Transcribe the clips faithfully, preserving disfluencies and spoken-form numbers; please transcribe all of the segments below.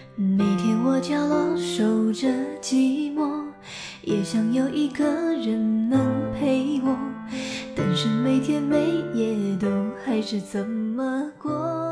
每天我角落守着寂寞，也想有一个人能陪我，但是每天每夜都还是怎么过。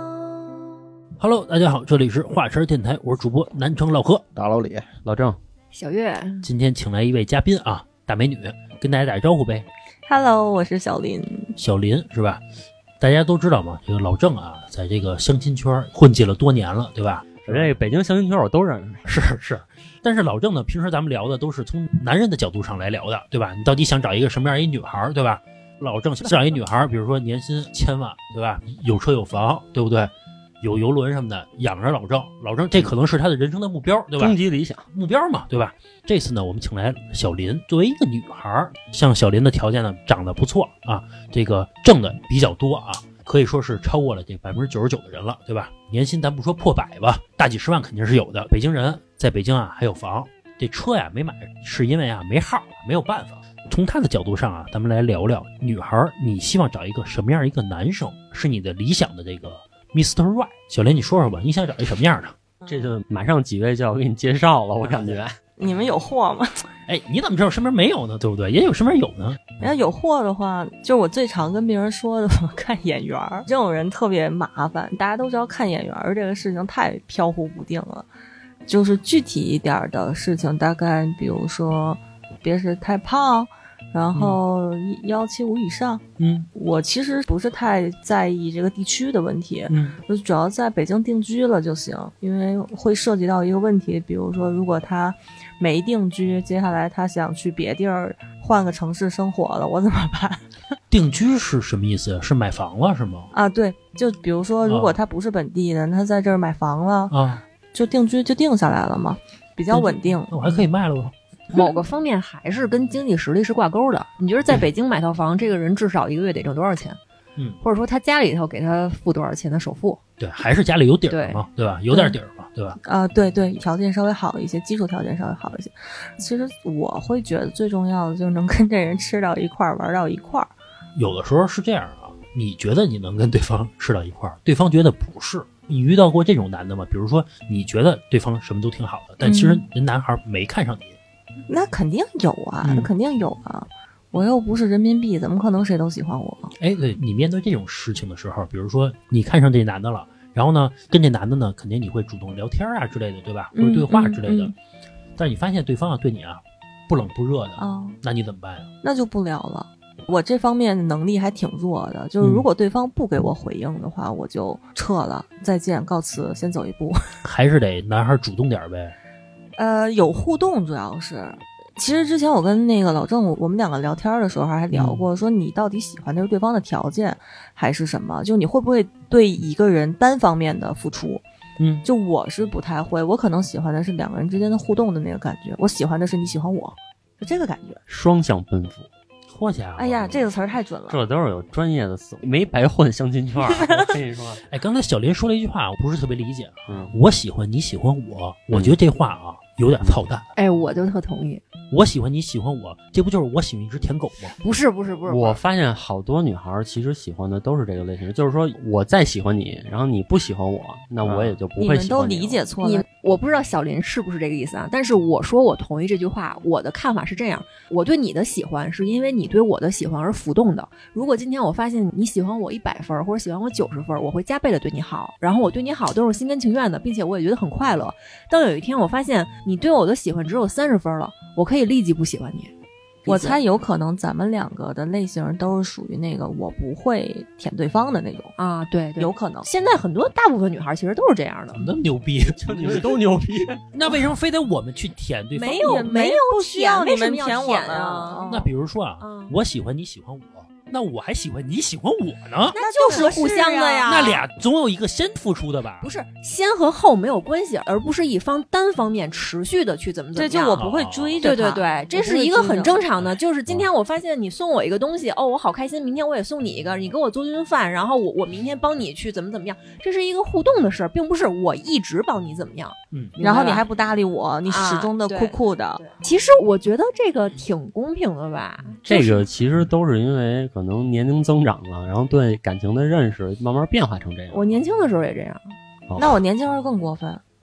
Hello， 大家好，这里是华晨电台，我是主播南城老何， 大老李， 老郑， 小月。 今天请来一位嘉宾啊，大美女，跟大家打个招呼呗。 Hello， 我是小林。 小林是吧？大家都知道嘛，这个老郑啊，在这个相亲圈混迹了多年了，对吧？ 我这个北京相亲圈我都认识。是是，但是老郑呢，平时咱们聊的都是从男人的角度上来聊的，对吧？你到底想找一个什么样一女孩，对吧？老郑想找一女孩，比如说年薪千万，对吧？有车有房，对不对？有游轮什么的，养着老郑，老郑这可能是他的人生的目标，对吧？ 终极理想目标嘛，对吧？这次呢，我们请来小林，作为一个女孩，像小林的条件呢，长得不错啊，这个挣的比较多啊，可以说是超过了这百分之九十九的人了，对吧？年薪咱不说破百吧，大几十万肯定是有的。北京人在北京啊还有房，这车呀没买，是因为啊没号，没有办法。从他的角度上啊，咱们来聊聊女孩，你希望找一个什么样一个男生是你的理想的这个mister Right？ 小林，你说说吧，你想找一什么样的？ 这就马上几位就要给你介绍了，我感觉。 你们有货吗？ 哎，你怎么知道身边没有呢？对不对？也有身边有呢。 人家有货的话，就是我最常跟别人说的，看眼缘。这种人特别麻烦，大家都知道看眼缘这个事情太飘忽不定了。就是具体一点的事情，大概比如说别是太胖，然后幺七五以上。 嗯， 我其实不是太在意这个地区的问题， 嗯， 就主要在北京定居了就行，因为会涉及到一个问题，比如说如果他没定居，接下来他想去别地儿换个城市生活了，我怎么办？ 定居是什么意思？是买房了是吗？ 啊，对，就比如说如果他不是本地的，他在这儿买房了啊， 就定居就定下来了嘛，比较稳定。 那我还可以卖了吧？ 某个方面还是跟经济实力是挂钩的。你觉得在北京买套房，这个人至少一个月得挣多少钱？ 嗯， 或者说他家里头给他付多少钱的首付？ 对，还是家里有底儿嘛， 对, 对吧？有点底儿嘛，对吧？ 啊、呃，对对，条件稍微好一些，基础条件稍微好一些。其实我会觉得最重要的就是能跟这人吃到一块儿，玩到一块儿。 有的时候是这样啊，你觉得你能跟对方吃到一块儿，对方觉得不是。你遇到过这种男的吗？比如说你觉得对方什么都挺好的，但其实人男孩没看上你。嗯， 那肯定有啊，那肯定有啊、嗯！我又不是人民币，怎么可能谁都喜欢我？ 哎，对，你面对这种事情的时候，比如说你看上这男的了，然后呢，跟这男的呢，肯定你会主动聊天啊之类的，对吧？或者对话之类的。嗯嗯嗯、但是你发现对方啊对你啊不冷不热的， 哦、 那你怎么办呀？ 那就不聊了。我这方面能力还挺弱的，就是如果对方不给我回应的话，嗯、我就撤了，再见，告辞，先走一步。 还是得男孩主动点呗。 呃，有互动主要是，其实之前我跟那个老郑，我们两个聊天的时候还聊过，嗯、说你到底喜欢的是对方的条件还是什么？就你会不会对一个人单方面的付出？ 嗯， 就我是不太会，我可能喜欢的是两个人之间的互动的那个感觉，我喜欢的是你喜欢我，就这个感觉， 双向奔赴。 脱家伙！ 哎呀，这个词儿太准了， 这都是有专业的思维，没白混相亲圈。我跟你说， 哎，刚才小林说了一句话，我不是特别理解。 嗯， 我喜欢你喜欢我，我觉得这话啊有点操蛋。 哎，我就特同意。 我喜欢你喜欢我，这不就是我喜欢一只舔狗吗？ 不是不是不是， 我发现好多女孩其实喜欢的都是这个类型，就是说我再喜欢你，然后你不喜欢我，那我也就不会喜欢你。 你们都理解错了。 你我不知道小林是不是这个意思啊？但是我说我同意这句话，我的看法是这样：我对你的喜欢是因为你对我的喜欢而浮动的。如果今天我发现你喜欢我一百分，或者喜欢我九十分，我会加倍的对你好，然后我对你好都是心甘情愿的，并且我也觉得很快乐。当有一天我发现你对我的喜欢只有三十分了，我可以立即不喜欢你。 我猜有可能咱们两个的类型都是属于那个我不会舔对方的那种啊，对，对有可能。 现在很多大部分女孩其实都是这样的。 那么牛逼， 就你们都牛逼， 那为什么非得我们去舔对方？ 没有没有， 不需要你们舔我们啊。 那比如说啊，嗯、我喜欢你喜欢我。那我还喜欢你喜欢我呢， 那就是互相的呀。 那俩总有一个先付出的吧？ 不是，先和后没有关系，而不是一方单方面持续的去怎么怎么样。 对，就我不会追着他。 对对对，这是一个很正常的。就是今天我发现你送我一个东西，哦，我好开心，明天我也送你一个，你给我做顿饭，然后我我明天帮你去怎么怎么样，这是一个互动的事儿，并不是我一直帮你怎么样。 嗯， 然后你还不搭理我，你始终的酷酷的。 啊、其实我觉得这个挺公平的吧。 这个其实都是因为可能年龄增长了，然后对感情的认识慢慢变化成这样。 我年轻的时候也这样。 哦、 那我年轻时候更过分。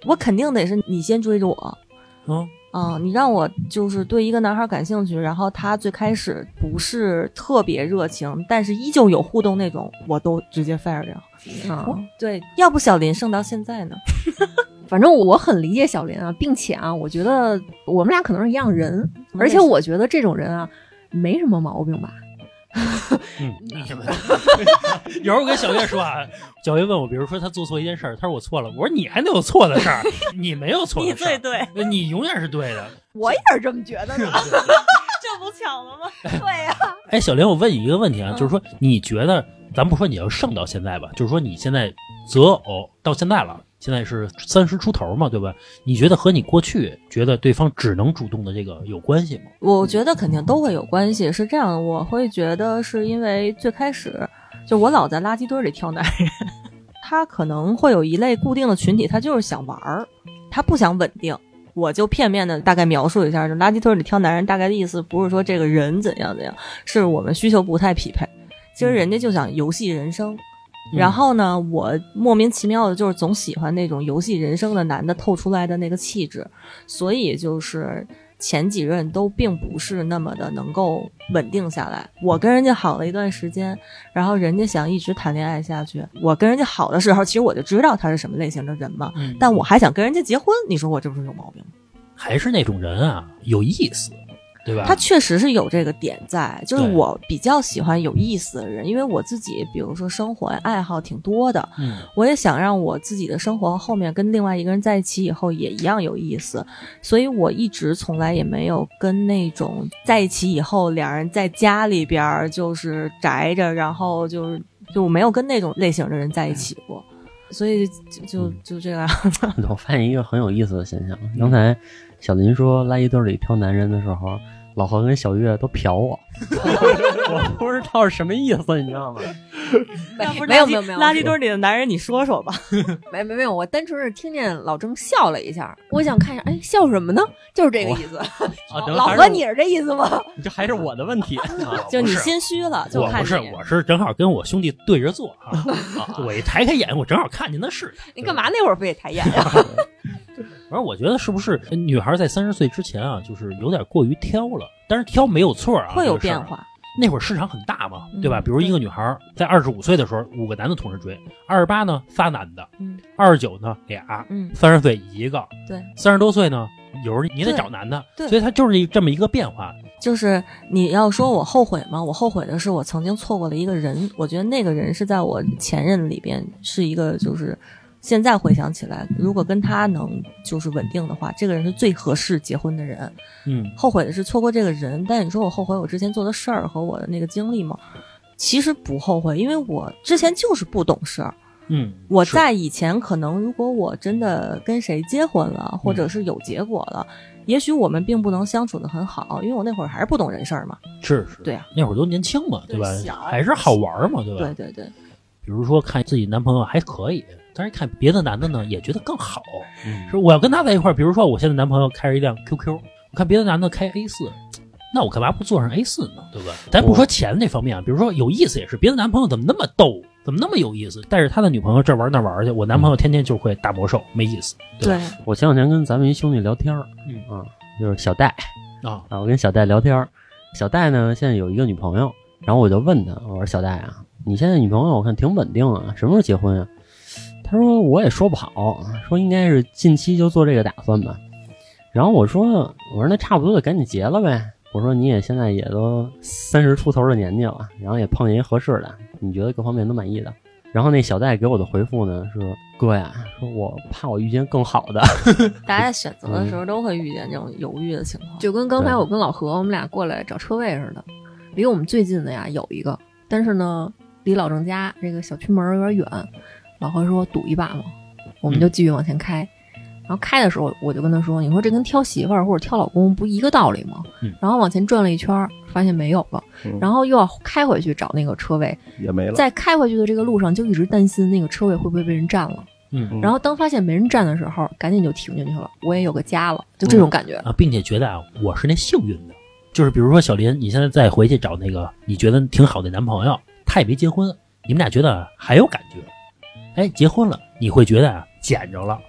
我肯定得是你先追着我。 嗯嗯，你让我就是对一个男孩感兴趣，然后他最开始不是特别热情，但是依旧有互动那种，我都直接 fire 掉。 啊， 对，要不小林剩到现在呢？ 反正我很理解小林啊，并且啊，我觉得我们俩可能是一样人，而且我觉得这种人啊，没什么毛病吧。 嗯，你们有时候我跟小月说啊，小月问我，比如说他做错一件事儿，他说我错了，我说你还能有错的事儿？你没有错的事儿， 你最对， 你永远是对的。 我也是这么觉得的。 这不巧了吗？ 对呀、啊， 哎，小林，我问你一个问题啊， 嗯、 就是说，你觉得，咱不说你要剩到现在吧，就是说你现在择偶到现在了。现在是三十出头嘛，对吧？你觉得和你过去觉得对方只能主动的这个有关系吗？ 我觉得肯定都会有关系。是这样，我会觉得是因为最开始就我老在垃圾堆里挑男人，他可能会有一类固定的群体，他就是想玩儿，他不想稳定。我就片面的大概描述一下，就垃圾堆里挑男人大概的意思不是说这个人怎样怎样，是我们需求不太匹配。其实人家就想游戏人生。然后呢，我莫名其妙的就是总喜欢那种游戏人生的男的透出来的那个气质，所以就是前几任都并不是那么的能够稳定下来。我跟人家好了一段时间，然后人家想一直谈恋爱下去，我跟人家好的时候，其实我就知道他是什么类型的人嘛， 嗯、 但我还想跟人家结婚，你说我这不是有毛病吗？ 还是那种人啊，有意思。对吧？ 他确实是有这个点在，就是我比较喜欢有意思的人，因为我自己比如说生活爱好挺多的， 嗯， 我也想让我自己的生活后面跟另外一个人在一起以后也一样有意思，所以我一直从来也没有跟那种在一起以后两人在家里边就是宅着，然后就是就我没有跟那种类型的人在一起过。所以就就就这样。 我发现一个很有意思的现象，刚才小林说垃圾堆里挑男人的时候，老何跟小月都瞟我，我不知道是什么意思，你知道吗？ 没有没有没有， 垃圾堆里的男人，你说说吧。 没没没有，我单纯是听见老郑笑了一下，我想看一下，哎，笑什么呢？就是这个意思。 啊、 老何，你是这意思吗？ 这还是我的问题， 就你心虚了，就看我不是，我是正好跟我兄弟对着坐啊，啊我一抬开眼，我正好看见的是他。 你干嘛那会儿非得抬眼呀？ 反正我觉得是不是女孩在三十岁之前啊，就是有点过于挑了，但是挑没有错啊， 会有变化。 那会儿市场很大嘛，对吧？比如一个女孩在二十五岁的时候，五个男的同时追；二十八呢，仨男的； 嗯， 二十九呢，俩； 嗯， 三十岁一个； 对， 三十多岁呢，有时候你得找男的， 对， 所以它就是这么一个变化。 就是你要说我后悔吗？我后悔的是我曾经错过了一个人，我觉得那个人是在我前任里边是一个就是。现在回想起来，如果跟他能就是稳定的话，这个人是最合适结婚的人。 嗯， 后悔的是错过这个人，但你说我后悔我之前做的事儿和我的那个经历吗？其实不后悔，因为我之前就是不懂事儿。 嗯， 我在以前可能如果我真的跟谁结婚了，或者是有结果了，嗯、也许我们并不能相处得很好，因为我那会儿还是不懂人事儿嘛。 是是， 对啊， 那会儿都年轻嘛，对吧？还是好玩嘛，对吧？ 对对对。 比如说看自己男朋友还可以。但是看别的男的呢，也觉得更好。嗯，说我要跟他在一块儿，比如说我现在男朋友开着一辆 Q Q， 我看别的男的开 A 四，那我干嘛不坐上 A 四 呢？对吧？咱不说钱那方面啊，比如说有意思也是，别的男朋友怎么那么逗，怎么那么有意思？带着他的女朋友这玩那玩去，我男朋友天天就会打魔兽，没意思。对， 对我前两天跟咱们一兄弟聊天，嗯啊，就是小戴啊啊，我跟小戴聊天，小戴呢现在有一个女朋友，然后我就问他，我说小戴啊，你现在女朋友我看挺稳定啊，什么时候结婚啊？他说我也说不好，说应该是近期就做这个打算吧。然后我说我说那差不多就赶紧结了呗。我说你也现在也都三十出头的年纪了，然后也碰见一合适的，你觉得各方面都满意的。然后那小戴给我的回复呢是哥呀，说我怕我遇见更好的。 大家在选择的时候都会遇见这种犹豫的情况， 就跟刚才我跟老何我们俩过来找车位似的。离我们最近的呀有一个，但是呢离老郑家这个小区门有点远。老何说赌一把嘛，我们就继续往前开。嗯、然后开的时候，我就跟他说：“你说这跟挑媳妇儿或者挑老公不一个道理吗？” 嗯、 然后往前转了一圈，发现没有了，嗯、然后又要开回去找那个车位， 也没了。 在开回去的这个路上，就一直担心那个车位会不会被人占了。 嗯， 然后当发现没人占的时候，赶紧就停进去了。我也有个家了，就这种感觉、 嗯、啊，并且觉得啊，我是那幸运的，就是比如说小林，你现在再回去找那个你觉得挺好的男朋友，他也没结婚，你们俩觉得还有感觉。哎，结婚了，你会觉得啊，捡着了，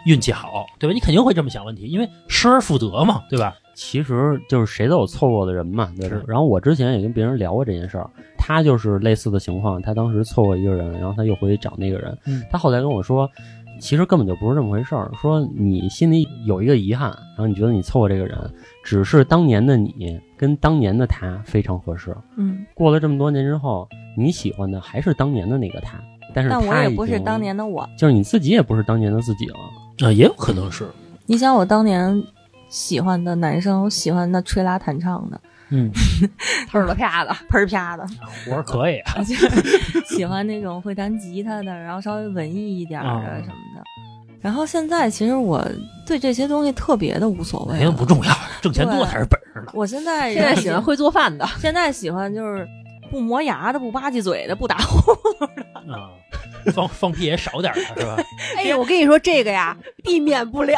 运气好，对吧？你肯定会这么想问题，因为失而复得嘛，对吧？ 其实就是谁都有错过的人嘛，对吧？然后我之前也跟别人聊过这件事儿，他就是类似的情况，他当时错过一个人，然后他又回去找那个人， 嗯， 他后来跟我说，其实根本就不是这么回事儿，说你心里有一个遗憾，然后你觉得你错过这个人，只是当年的你跟当年的他非常合适， 嗯， 过了这么多年之后，你喜欢的还是当年的那个他，但是他但我也不是已经当年的我， 就是你自己也不是当年的自己了。 啊，也有可能是， 你想我当年喜欢的男生，喜欢那吹拉弹唱的， 嗯， 忒了啪的， 喷儿啪的， 活儿可以啊， 喜欢那种会弹吉他的，然后稍微文艺一点的啊什么的。然后现在其实我对这些东西特别的无所谓了， 没有不重要，挣钱多才是本事呢。 我现在现在喜欢会做饭的， 现在喜欢就是不磨牙的，不吧唧嘴的，不打呼噜的。 啊，放放屁也少点儿了，是吧？ 哎呀，我跟你说这个呀，避免不了。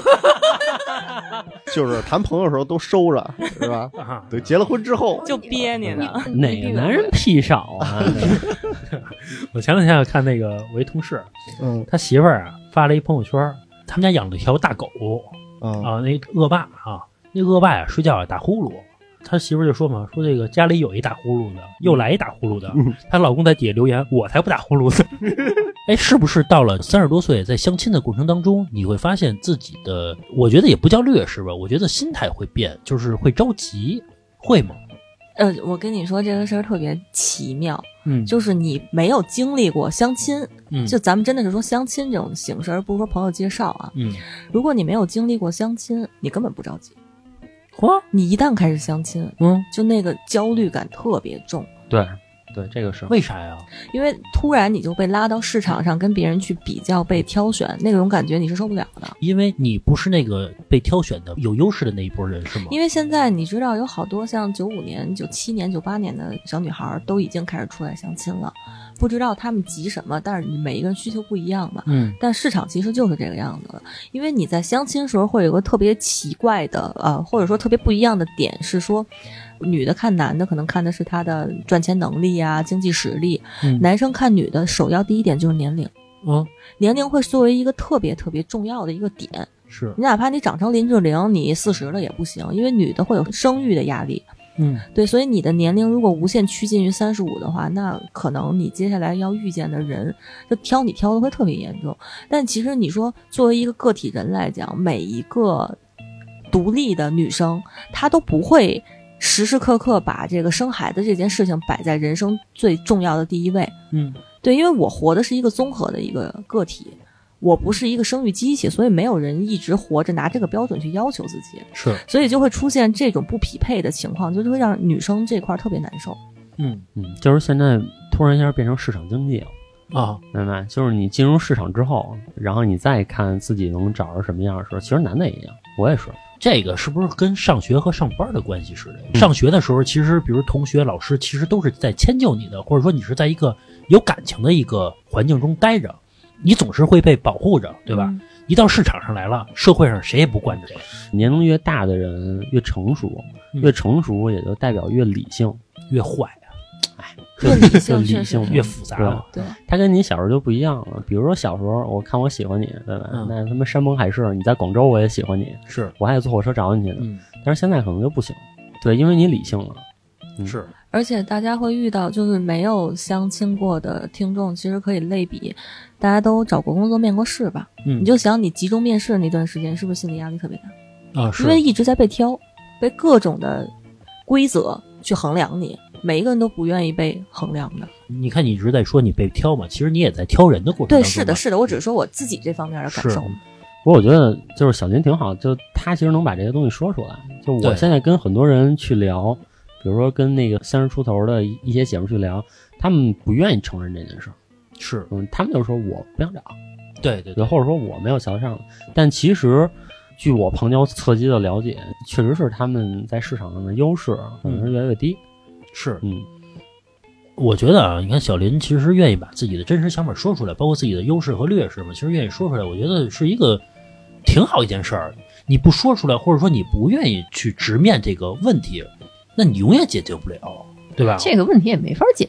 就是谈朋友的时候都收着，是吧？ 啊， 对，结了婚之后就憋你呢。 哪个男人屁少啊？ 我前两天看那个我一同事， 嗯他媳妇儿啊发了一朋友圈，他们家养了一条大狗啊啊，那恶霸啊，那恶霸呀睡觉啊打呼噜。他媳妇儿就说嘛，说这个家里有一打呼噜的，又来一打呼噜的。她老公在底下留言，我才不打呼噜呢。哎，是不是到了三十多岁，在相亲的过程当中，你会发现自己的，我觉得也不叫劣势吧，我觉得心态会变，就是会着急，会吗？ 呃，我跟你说这个事儿特别奇妙， 嗯， 就是你没有经历过相亲， 嗯就咱们真的是说相亲这种形式，而不是说朋友介绍啊。 嗯， 如果你没有经历过相亲，你根本不着急。 嚯， 你一旦开始相亲， 嗯， 就那个焦虑感特别重。 对对，这个是为啥呀？ 因为突然你就被拉到市场上跟别人去比较，被挑选，那种感觉你是受不了的。 因为你不是那个被挑选的有优势的那一波人，是吗？ 因为现在你知道有好多像九五年、九七年、九八年的小女孩都已经开始出来相亲了，不知道他们急什么，但是每一个人需求不一样嘛。 嗯， 但市场其实就是这个样子的，因为你在相亲时候会有个特别奇怪的，呃，或者说特别不一样的点是说，女的看男的可能看的是他的赚钱能力啊、经济实力， 嗯男生看女的首要第一点就是年龄， 嗯， 年龄会作为一个特别特别重要的一个点。 是， 你哪怕你长成林志玲，你四十了也不行，因为女的会有生育的压力。 嗯， 对，所以你的年龄如果无限趋近于三十五的话，那可能你接下来要遇见的人，就挑你挑的会特别严重。但其实你说作为一个个体人来讲，每一个独立的女生，她都不会时时刻刻把这个生孩子这件事情摆在人生最重要的第一位。 嗯， 对，因为我活的是一个综合的一个个体。我不是一个生育机器，所以没有人一直活着拿这个标准去要求自己， 是， 所以就会出现这种不匹配的情况，就是会让女生这块特别难受。 嗯嗯，就是现在突然一下变成市场经济了啊， 明白？就是你进入市场之后，然后你再看自己能找着什么样的时候，其实男的也一样，我也是。 这个是不是跟上学和上班的关系似的？上学的时候，其实比如同学、老师，其实都是在迁就你的，或者说你是在一个有感情的一个环境中待着。你总是会被保护着，对吧？嗯、一到市场上来了，社会上谁也不惯着这个。 年龄越大的人越成熟，越成熟也就代表越理性， 越坏啊！ 哎， 越理性理性越复杂了。 对， 他跟你小时候就不一样了。比如说小时候，我看我喜欢你，对吧？嗯、那他妈山盟海誓，你在广州我也喜欢你， 是我还得坐火车找你呢。 嗯， 但是现在可能就不行，对，因为你理性了。 嗯、是。 而且大家会遇到，就是没有相亲过的听众，其实可以类比，大家都找过工作、面过试吧。 嗯， 你就想你集中面试那段时间，是不是心理压力特别大啊？是， 因为一直在被挑，被各种的规则去衡量你，每一个人都不愿意被衡量的。 你看，你一直在说你被挑嘛，其实你也在挑人的过程当中。 对，是的，是的，我只是说我自己这方面的感受。 不过我觉得就是小林挺好，就他其实能把这些东西说出来。就我现在跟很多人去聊。比如说跟那个三十出头的一些姐妹去聊，他们不愿意承认这件事， 是， 嗯，他们就说我不想找， 对对对， 或者说我没有瞧上，但其实据我旁敲侧击的了解，确实是他们在市场上的优势可能是越来越低， 嗯、是， 嗯， 我觉得啊，你看小林其实愿意把自己的真实想法说出来，包括自己的优势和劣势嘛，其实愿意说出来，我觉得是一个挺好一件事儿。你不说出来，或者说你不愿意去直面这个问题。那你永远解决不了，对吧？ 这个问题也没法解决。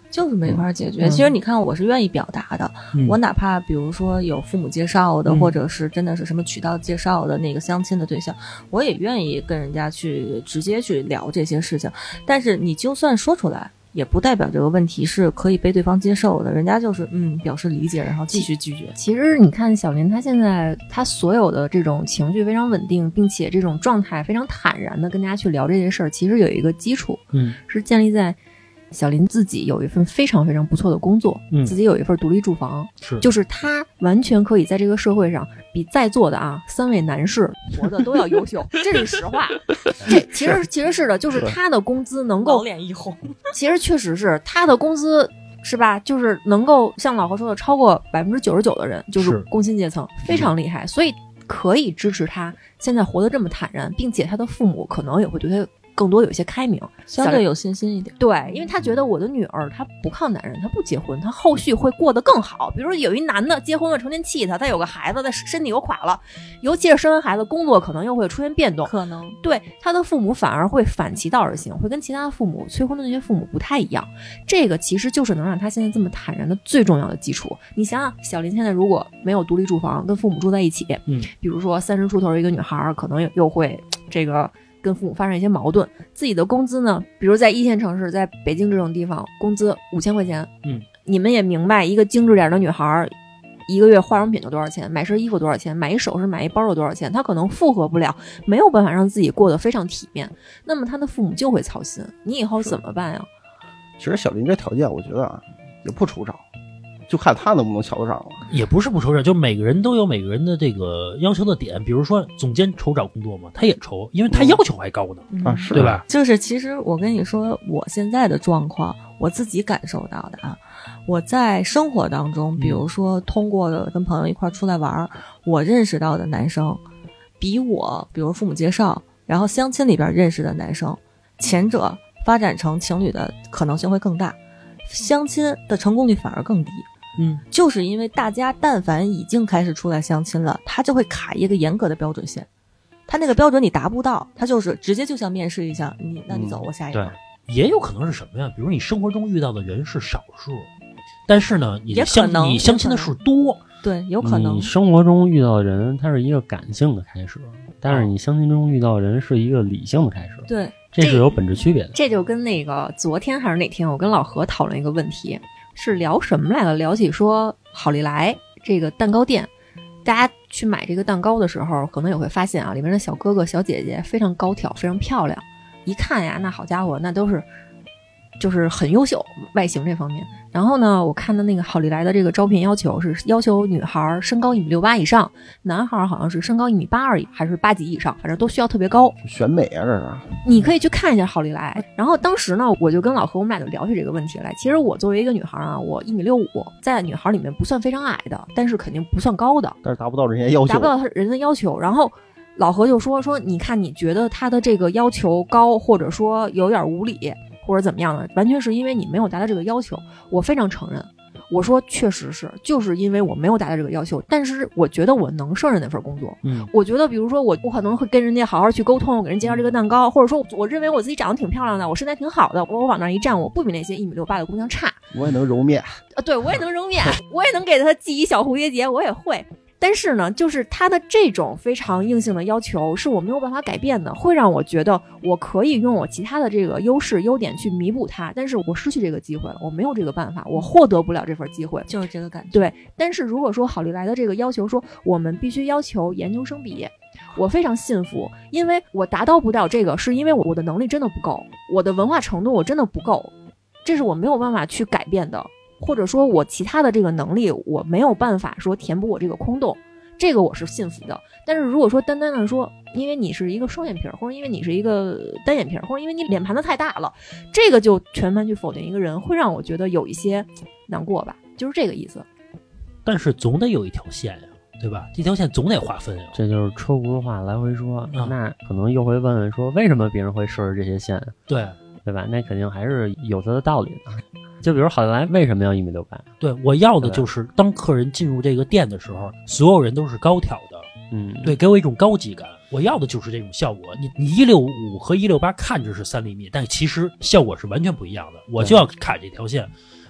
就是没法解决。 嗯、 其实你看，我是愿意表达的， 嗯、 我哪怕比如说有父母介绍的， 嗯、 或者是真的是什么渠道介绍的那个相亲的对象，我也愿意跟人家去直接去聊这些事情。但是你就算说出来，也不代表这个问题是可以被对方接受的，人家就是嗯表示理解，然后继续拒绝。 其实你看小林他现在他所有的这种情绪非常稳定，并且这种状态非常坦然的跟大家去聊这些事儿，其实有一个基础， 嗯， 是建立在小林自己有一份非常非常不错的工作， 嗯， 自己有一份独立住房， 是， 就是他完全可以在这个社会上比在座的啊三位男士活得都要优秀，这是实话。这其实其实是的，就是他的工资能够老脸一红， 其实确实是他的工资是吧？就是能够像老何说的，超过百分之九十九的人就是工薪阶层，非常厉害，所以可以支持他现在活得这么坦然，并且他的父母可能也会对他更多有一些开明， 相对有信心一点。 对，因为他觉得我的女儿她不靠男人，她不结婚，她后续会过得更好。比如说有一男的结婚了，成天气他，他有个孩子，他身体又垮了，尤其是生完孩子，工作可能又会出现变动， 可能对他的父母反而会反其道而行，会跟其他的父母催婚的那些父母不太一样。这个其实就是能让他现在这么坦然的最重要的基础。你想想，小林现在如果没有独立住房，跟父母住在一起， 嗯， 比如说三十出头一个女孩，可能又会这个。跟父母发生一些矛盾，自己的工资呢，比如在一线城市，在北京这种地方，工资五千块钱， 嗯， 你们也明白，一个精致点的女孩，一个月化妆品就多少钱，买身衣服多少钱，买一首饰买一包有多少钱，她可能负荷不了，没有办法让自己过得非常体面，那么她的父母就会操心，你以后怎么办呀？ 其实小林这条件，我觉得啊，也不出招。就看他能不能瞧得上了， 也不是不愁找，就每个人都有每个人的这个要求的点。比如说总监愁找工作嘛，他也愁，因为他要求还高呢， 嗯、 啊，是对吧？ 就是其实我跟你说，我现在的状况，我自己感受到的啊，我在生活当中，比如说通过跟朋友一块出来玩，嗯、我认识到的男生，比我比如父母介绍，然后相亲里边认识的男生，前者发展成情侣的可能性会更大，相亲的成功率反而更低。 嗯， 就是因为大家但凡已经开始出来相亲了，他就会卡一个严格的标准线，他那个标准你达不到，他就是直接就像面试一样，你那你走，我下一个。 对，也有可能是什么呀？比如你生活中遇到的人是少数，但是呢，你相你相亲的数多， 对，有可能。 你生活中遇到的人，他是一个感性的开始，但是你相亲中遇到的人是一个理性的开始， 对， 这是有本质区别的。 这, 这就跟那个昨天还是哪天，我跟老何讨论一个问题。是聊什么来了？聊起说好利来这个蛋糕店，大家去买这个蛋糕的时候，可能也会发现啊，里面的小哥哥小姐姐非常高挑，非常漂亮，一看呀，那好家伙，那都是就是很优秀，外形这方面。然后呢，我看的那个好利来的这个招聘要求是要求女孩身高一米六八以上，男孩好像是身高一米八二还是八几以上，反正都需要特别高。 选美啊，这是。 你可以去看一下好利来。然后当时呢，我就跟老何我们俩就聊起这个问题来。其实我作为一个女孩啊，我一米六五，在女孩里面不算非常矮的，但是肯定不算高的， 但是达不到人家要求， 达不到人的要求。然后老何就说说，你看你觉得他的这个要求高，或者说有点无理，或者怎么样的，完全是因为你没有达到这个要求。我非常承认。我说确实是，就是因为我没有达到这个要求，但是我觉得我能胜任那份工作。 嗯， 我觉得比如说我我可能会跟人家好好去沟通，我给人介绍这个蛋糕，或者说我认为我自己长得挺漂亮的，我身材挺好的，我往那一站，我不比那些一米六八的姑娘差。 我也能揉面啊，对我也能揉面，我也能给他系一小蝴蝶结，我也会。但是呢，就是他的这种非常硬性的要求是我没有办法改变的，会让我觉得我可以用我其他的这个优势优点去弥补它，但是我失去这个机会了，我没有这个办法，我获得不了这份机会， 就是这个感觉。 对，但是如果说好利来的这个要求说我们必须要求研究生毕业，我非常信服，因为我达到不了这个，是因为我的能力真的不够，我的文化程度我真的不够，这是我没有办法去改变的。或者说我其他的这个能力我没有办法说填补我这个空洞，这个我是信服的。但是如果说单单的说因为你是一个双眼皮，或者因为你是一个单眼皮，或者因为你脸盘子太大了，这个就全盘去否定一个人，会让我觉得有一些难过吧，就是这个意思。 但是总得有一条线呀，对吧？这条线总得划分呀。 这就是车轱辘话来回说、 嗯、 那可能又会问问说为什么别人会设置这些线， 对对吧？那肯定还是有它的道理的。就比如好利来为什么要一米六八？ 对，我要的就是当客人进入这个店的时候，所有人都是高挑的， 嗯， 对，给我一种高级感。我要的就是这种效果。你你一六五和一六八看着是三厘米，但其实效果是完全不一样的。我就要卡这条线。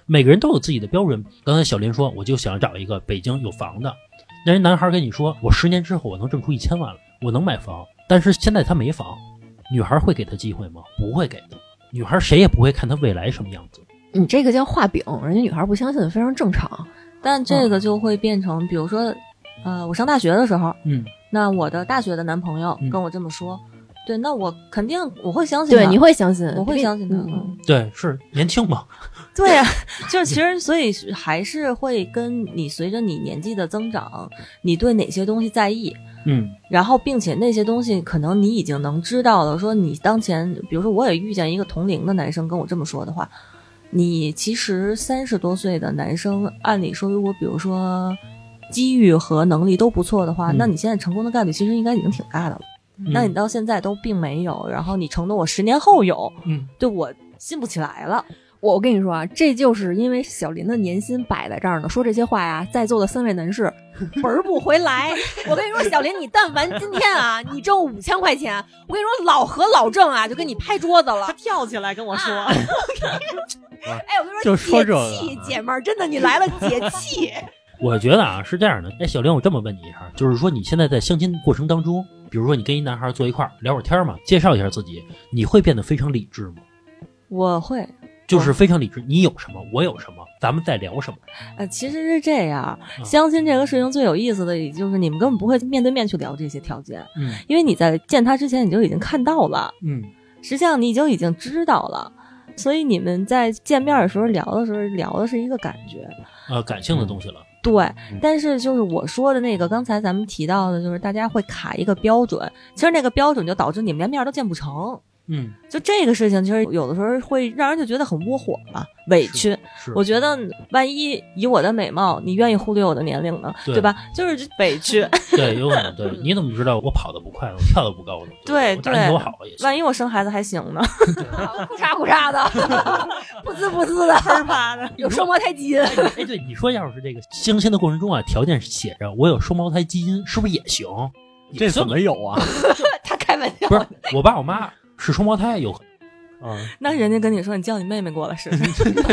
每个人都有自己的标准。刚才小林说，我就想找一个北京有房的，那人男孩跟你说，我十年之后我能挣出一千万了，我能买房，但是现在他没房，女孩会给他机会吗？不会给的。女孩谁也不会看他未来什么样子。 你这个叫画饼，人家女孩不相信非常正常。 但这个就会变成，比如说，呃，我上大学的时候， 嗯， 那我的大学的男朋友跟我这么说，嗯、对，那我肯定我会相信他，对，你会相信， 我会相信他， 嗯嗯、 对，是年轻嘛， 对呀、啊，就是其实所以还是会跟你随着你年纪的增长，你对哪些东西在意， 嗯， 然后并且那些东西可能你已经能知道了，说你当前，比如说我也遇见一个同龄的男生跟我这么说的话。你其实三十多岁的男生，按理说如果比如说机遇和能力都不错的话、嗯、那你现在成功的概率其实应该已经挺大的了、嗯、那你到现在都并没有，然后你承诺我十年后有，嗯，对，我信不起来了。 我我跟你说啊，这就是因为小林的年薪摆在这儿呢，说这些话呀，在座的三位男士本儿不回来。我跟你说，小林，你但凡今天啊，你挣五千块钱，我跟你说，老何老郑啊，就跟你拍桌子了， 他跳起来跟我说。啊哎，我跟你说， 就说这个解气，姐妹儿，真的，你来了解气。 我觉得啊是这样的，哎，小林，我这么问你一下，就是说你现在在相亲过程当中，比如说你跟一男孩坐一块儿聊会儿天嘛，介绍一下自己，你会变得非常理智吗？ 我会。 就是非常理智，你有什么，我有什么，咱们在聊什么？ 呃，其实是这样，相亲这个事情最有意思的，也就是你们根本不会面对面去聊这些条件，嗯，因为你在见他之前你就已经看到了， 嗯， 实际上你就已经知道了，所以你们在见面的时候聊的时候聊的是一个感觉， 呃，感性的东西了。 嗯、对，但是就是我说的那个，刚才咱们提到的，就是大家会卡一个标准，其实那个标准就导致你们连面都见不成。 嗯， 就这个事情，其实有的时候会让人就觉得很窝火嘛，委屈。我觉得，万一以我的美貌，你愿意忽略我的年龄呢？对, 对吧？就是委屈。 对，有可能。对，你怎么知道我跑得不快，我跳得不高呢？ 对对， 我多好也行。 万一我生孩子还行呢？ 哭嚓哭嚓的，不滋不滋的， 喷啪的， 有双胞胎基因。 哎，对，你说要是这个相亲的过程中啊，条件写着我有双胞胎基因，是不是也行？ 这怎么有啊？ 他开玩笑。 不是，我爸我妈。是双胞胎有可能，嗯，那人家跟你说你叫你妹妹过来试试。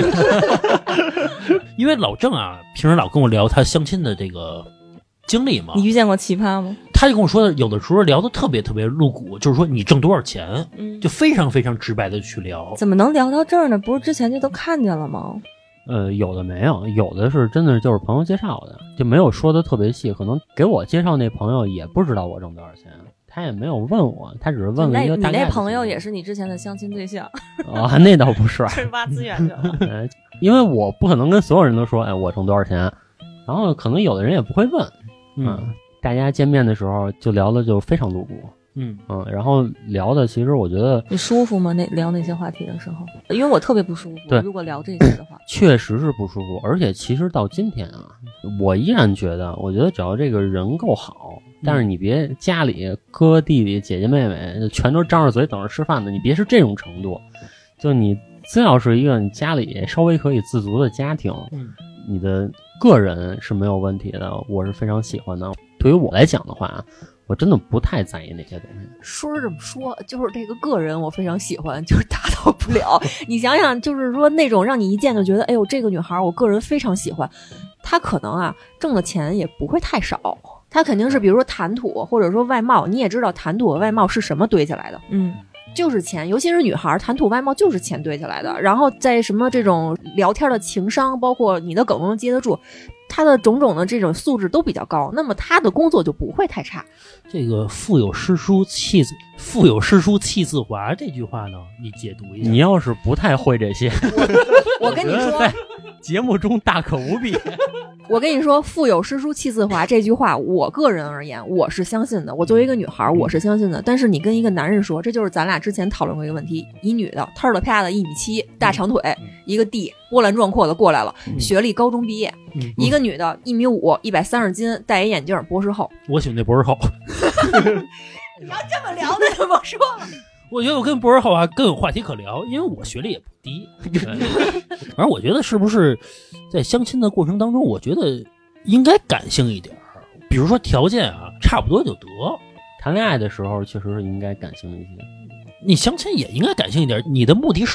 因为老郑啊，平时老跟我聊他相亲的这个经历嘛。 你遇见过奇葩吗？ 他就跟我说，有的时候聊得特别特别露骨，就是说你挣多少钱，嗯，就非常非常直白的去聊。 怎么能聊到这儿呢？不是之前就都看见了吗？ 呃，有的没有，有的是真的就是朋友介绍的，就没有说的特别细。可能给我介绍那朋友也不知道我挣多少钱。他也没有问我，他只是问了一个大概的。 你那朋友也是你之前的相亲对象？ 啊、哦，那倒不是， 是挖资源去了。 呃，因为我不可能跟所有人都说，哎，我挣多少钱，然后可能有的人也不会问，嗯，嗯大家见面的时候就聊的就非常露骨， 嗯嗯，然后聊的其实我觉得你舒服吗？那聊那些话题的时候，因为我特别不舒服。 对， 如果聊这些的话， 确实是不舒服，而且其实到今天啊，我依然觉得，我觉得只要这个人够好。但是你别家里哥弟弟姐姐妹妹全都张着嘴等着吃饭的，你别是这种程度。就你真要是一个你家里稍微可以自足的家庭，嗯，你的个人是没有问题的，我是非常喜欢的。对于我来讲的话，我真的不太在意那些东西。 说是这么说，就是这个个人我非常喜欢，就是达到不了。你想想，就是说那种让你一见就觉得，哎呦，这个女孩我个人非常喜欢，她可能啊挣的钱也不会太少。他肯定是比如说谈吐或者说外貌，你也知道谈吐和外貌是什么堆起来的， 嗯， 就是钱，尤其是女孩，谈吐外貌就是钱堆起来的。然后在什么这种聊天的情商，包括你的梗能接得住，他的种种的这种素质都比较高，那么他的工作就不会太差。 这个腹有诗书气自腹有诗书气自华这句话呢，你解读一下。 你要是不太会这些， 我跟你说， 在节目中大可无比。 我跟你说，腹有诗书气自华这句话，我个人而言，我是相信的。我作为一个女孩，我是相信的。但是你跟一个男人说，这就是咱俩之前讨论过一个问题：一女的，忒了啪的一米七，大长腿，一个弟，波澜壮阔的过来了，学历高中毕业；一个女的，一米五，一百三十斤，戴一眼镜，博士后。 我喜欢那博士后。 你要这么聊，那怎么说了？ 我觉得我跟博士后啊更有话题可聊，因为我学历也不低。反正我觉得是不是在相亲的过程当中，我觉得应该感性一点，比如说条件啊差不多就得。 谈恋爱的时候确实是应该感性一些， 你相亲也应该感性一点。你的目的是什么？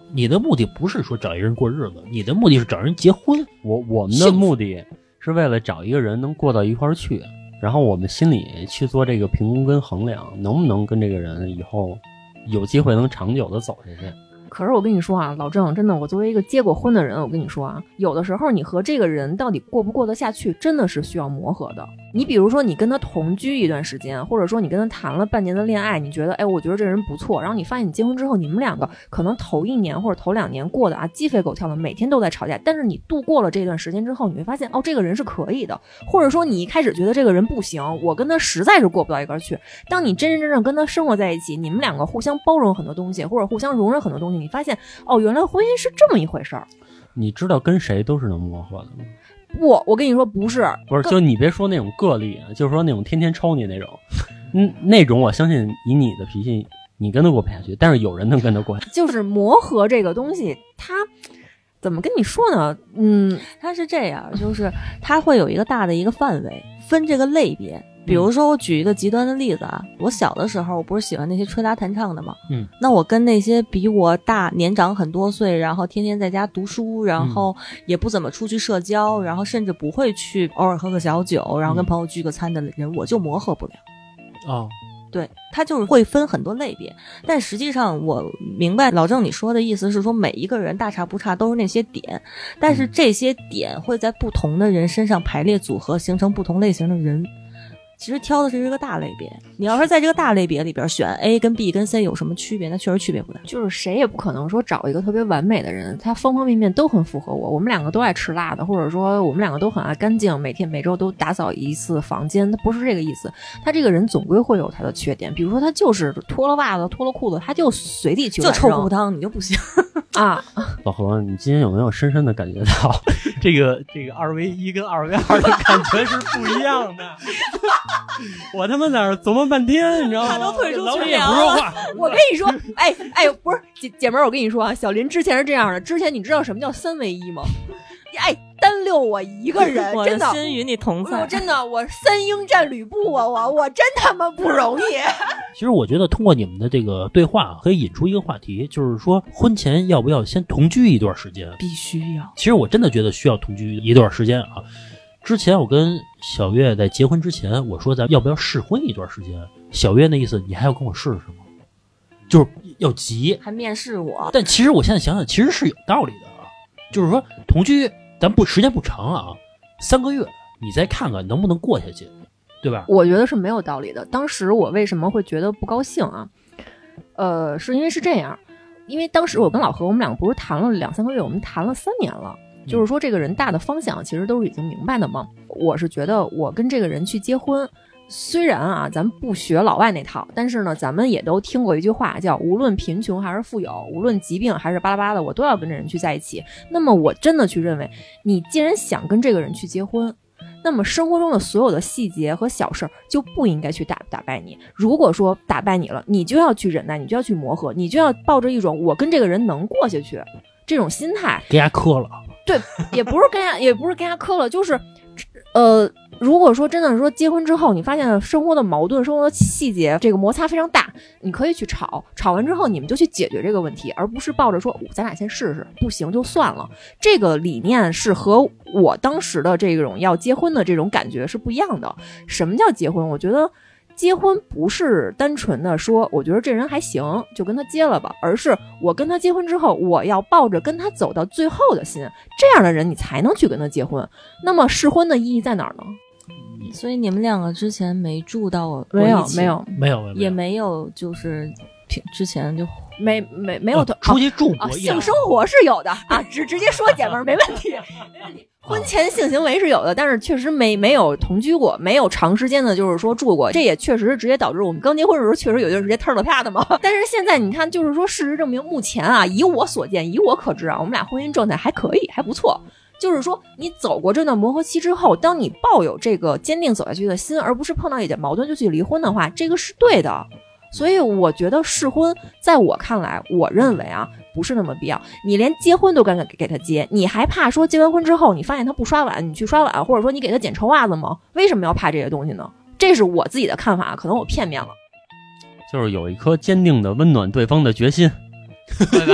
你的目的不是说找一个人过日子，你的目的是找人结婚。 我我们的目的是为了找一个人能过到一块儿去，然后我们心里去做这个评估跟衡量，能不能跟这个人以后有机会能长久的走下去。 可是我跟你说啊，老郑，真的，我作为一个结过婚的人，我跟你说啊，有的时候你和这个人到底过不过得下去，真的是需要磨合的。你比如说，你跟他同居一段时间，或者说你跟他谈了半年的恋爱，你觉得，哎，我觉得这人不错，然后你发现你结婚之后，你们两个可能头一年或者头两年过得啊鸡飞狗跳的，每天都在吵架，但是你度过了这段时间之后，你会发现，哦，这个人是可以的，或者说你一开始觉得这个人不行，我跟他实在是过不到一块去，当你真真正正跟他生活在一起，你们两个互相包容很多东西，或者互相容忍很多东西，你发现，哦，原来婚姻是这么一回事儿。 你知道跟谁都是能磨合的吗？ 不，我跟你说不是， 不是，就你别说那种个例啊，就是说那种天天抽你那种，嗯，那种我相信以你的脾气，你跟他过不下去，但是有人能跟他过下去。 就是磨合这个东西，它怎么跟你说呢？嗯， 它是这样，就是它会有一个大的一个范围，分这个类别。比如说，我举一个极端的例子啊，我小的时候我不是喜欢那些吹拉弹唱的吗？ 嗯， 那我跟那些比我大年长很多岁，然后天天在家读书，然后也不怎么出去社交，然后甚至不会去偶尔喝个小酒，然后跟朋友聚个餐的人，我就磨合不了。 哦， 对，它就是会分很多类别，但实际上我明白老郑你说的意思是说每一个人大差不差都是那些点，但是这些点会在不同的人身上排列组合，形成不同类型的人。其实挑的是一个大类别，你要是在这个大类别里边选 A 跟 B 跟 C 有什么区别，那确实区别不大。 就是谁也不可能说找一个特别完美的人，他方方面面都很符合我，我们两个都爱吃辣的，或者说我们两个都很爱干净，每天每周都打扫一次房间，他不是这个意思。他这个人总归会有他的缺点，比如说他就是脱了袜子脱了裤子，他就随地去就臭裤裆，你就不行啊。 老何，你今天有没有深深的感觉到这个这个二 v 一跟二 v 二的感觉是不一样的？我他妈在那儿琢磨半天，你知道吗？ 他都退出群聊了。 我跟你说，哎哎，不是姐姐妹儿，我跟你说啊，小林之前是这样的。之前你知道什么叫三为一吗？哎，单溜我一个人，真的， 我的心与你同在。 我真的，我三英战吕布啊，我我真他妈不容易。 其实我觉得通过你们的这个对话，可以引出一个话题，就是说婚前要不要先同居一段时间？ 必须要。 其实我真的觉得需要同居一段时间啊。之前我跟小月在结婚之前，我说咱要不要试婚一段时间？小月那意思，你还要跟我试试吗？就是要急， 还面试我。 但其实我现在想想，其实是有道理的啊。就是说同居，咱不时间不长啊，三个月，你再看看能不能过下去，对吧？ 我觉得是没有道理的。当时我为什么会觉得不高兴啊？呃，是因为是这样，因为当时我跟老何，我们两个不是谈了两三个月，我们谈了三年了。就是说这个人大的方向其实都是已经明白的嘛。我是觉得我跟这个人去结婚，虽然啊咱们不学老外那套，但是呢咱们也都听过一句话叫无论贫穷还是富有，无论疾病还是巴拉巴拉的，我都要跟这人去在一起。那么我真的去认为，你既然想跟这个人去结婚，那么生活中的所有的细节和小事儿就不应该去打打败你。如果说打败你了，你就要去忍耐，你就要去磨合，你就要抱着一种我跟这个人能过下去这种心态， 给他磕了。 对，也不是跟他，也不是跟他磕了，就是，呃，如果说真的说结婚之后，你发现生活的矛盾、生活的细节，这个摩擦非常大，你可以去吵，吵完之后你们就去解决这个问题，而不是抱着说咱俩先试试，不行就算了。这个理念是和我当时的这种要结婚的这种感觉是不一样的。什么叫结婚？我觉得结婚不是单纯的说我觉得这人还行就跟他结了吧，而是我跟他结婚之后，我要抱着跟他走到最后的心，这样的人你才能去跟他结婚。那么试婚的意义在哪儿呢？ 所以你们两个之前没住到我没有一起没有没有也没有就是之前就没没没有、 啊、出去住过、 啊、性生活是有的啊，直直接说姐们儿没问题没问题。婚前性行为是有的，但是确实没没有同居过，没有长时间的就是说住过，这也确实是直接导致我们刚结婚的时候确实有段时间特了啪的嘛。但是现在你看，就是说事实证明，目前啊，以我所见，以我可知啊，我们俩婚姻状态还可以，还不错。就是说你走过这段磨合期之后，当你抱有这个坚定走下去的心，而不是碰到一点矛盾就去离婚的话，这个是对的。所以我觉得试婚在我看来，我认为啊不是那么必要。你连结婚都敢给给他结，你还怕说结完婚之后你发现他不刷碗，你去刷碗，或者说你给他捡臭袜子吗？为什么要怕这些东西呢？这是我自己的看法，可能我片面了。 就是有一颗坚定的温暖对方的决心，对吧？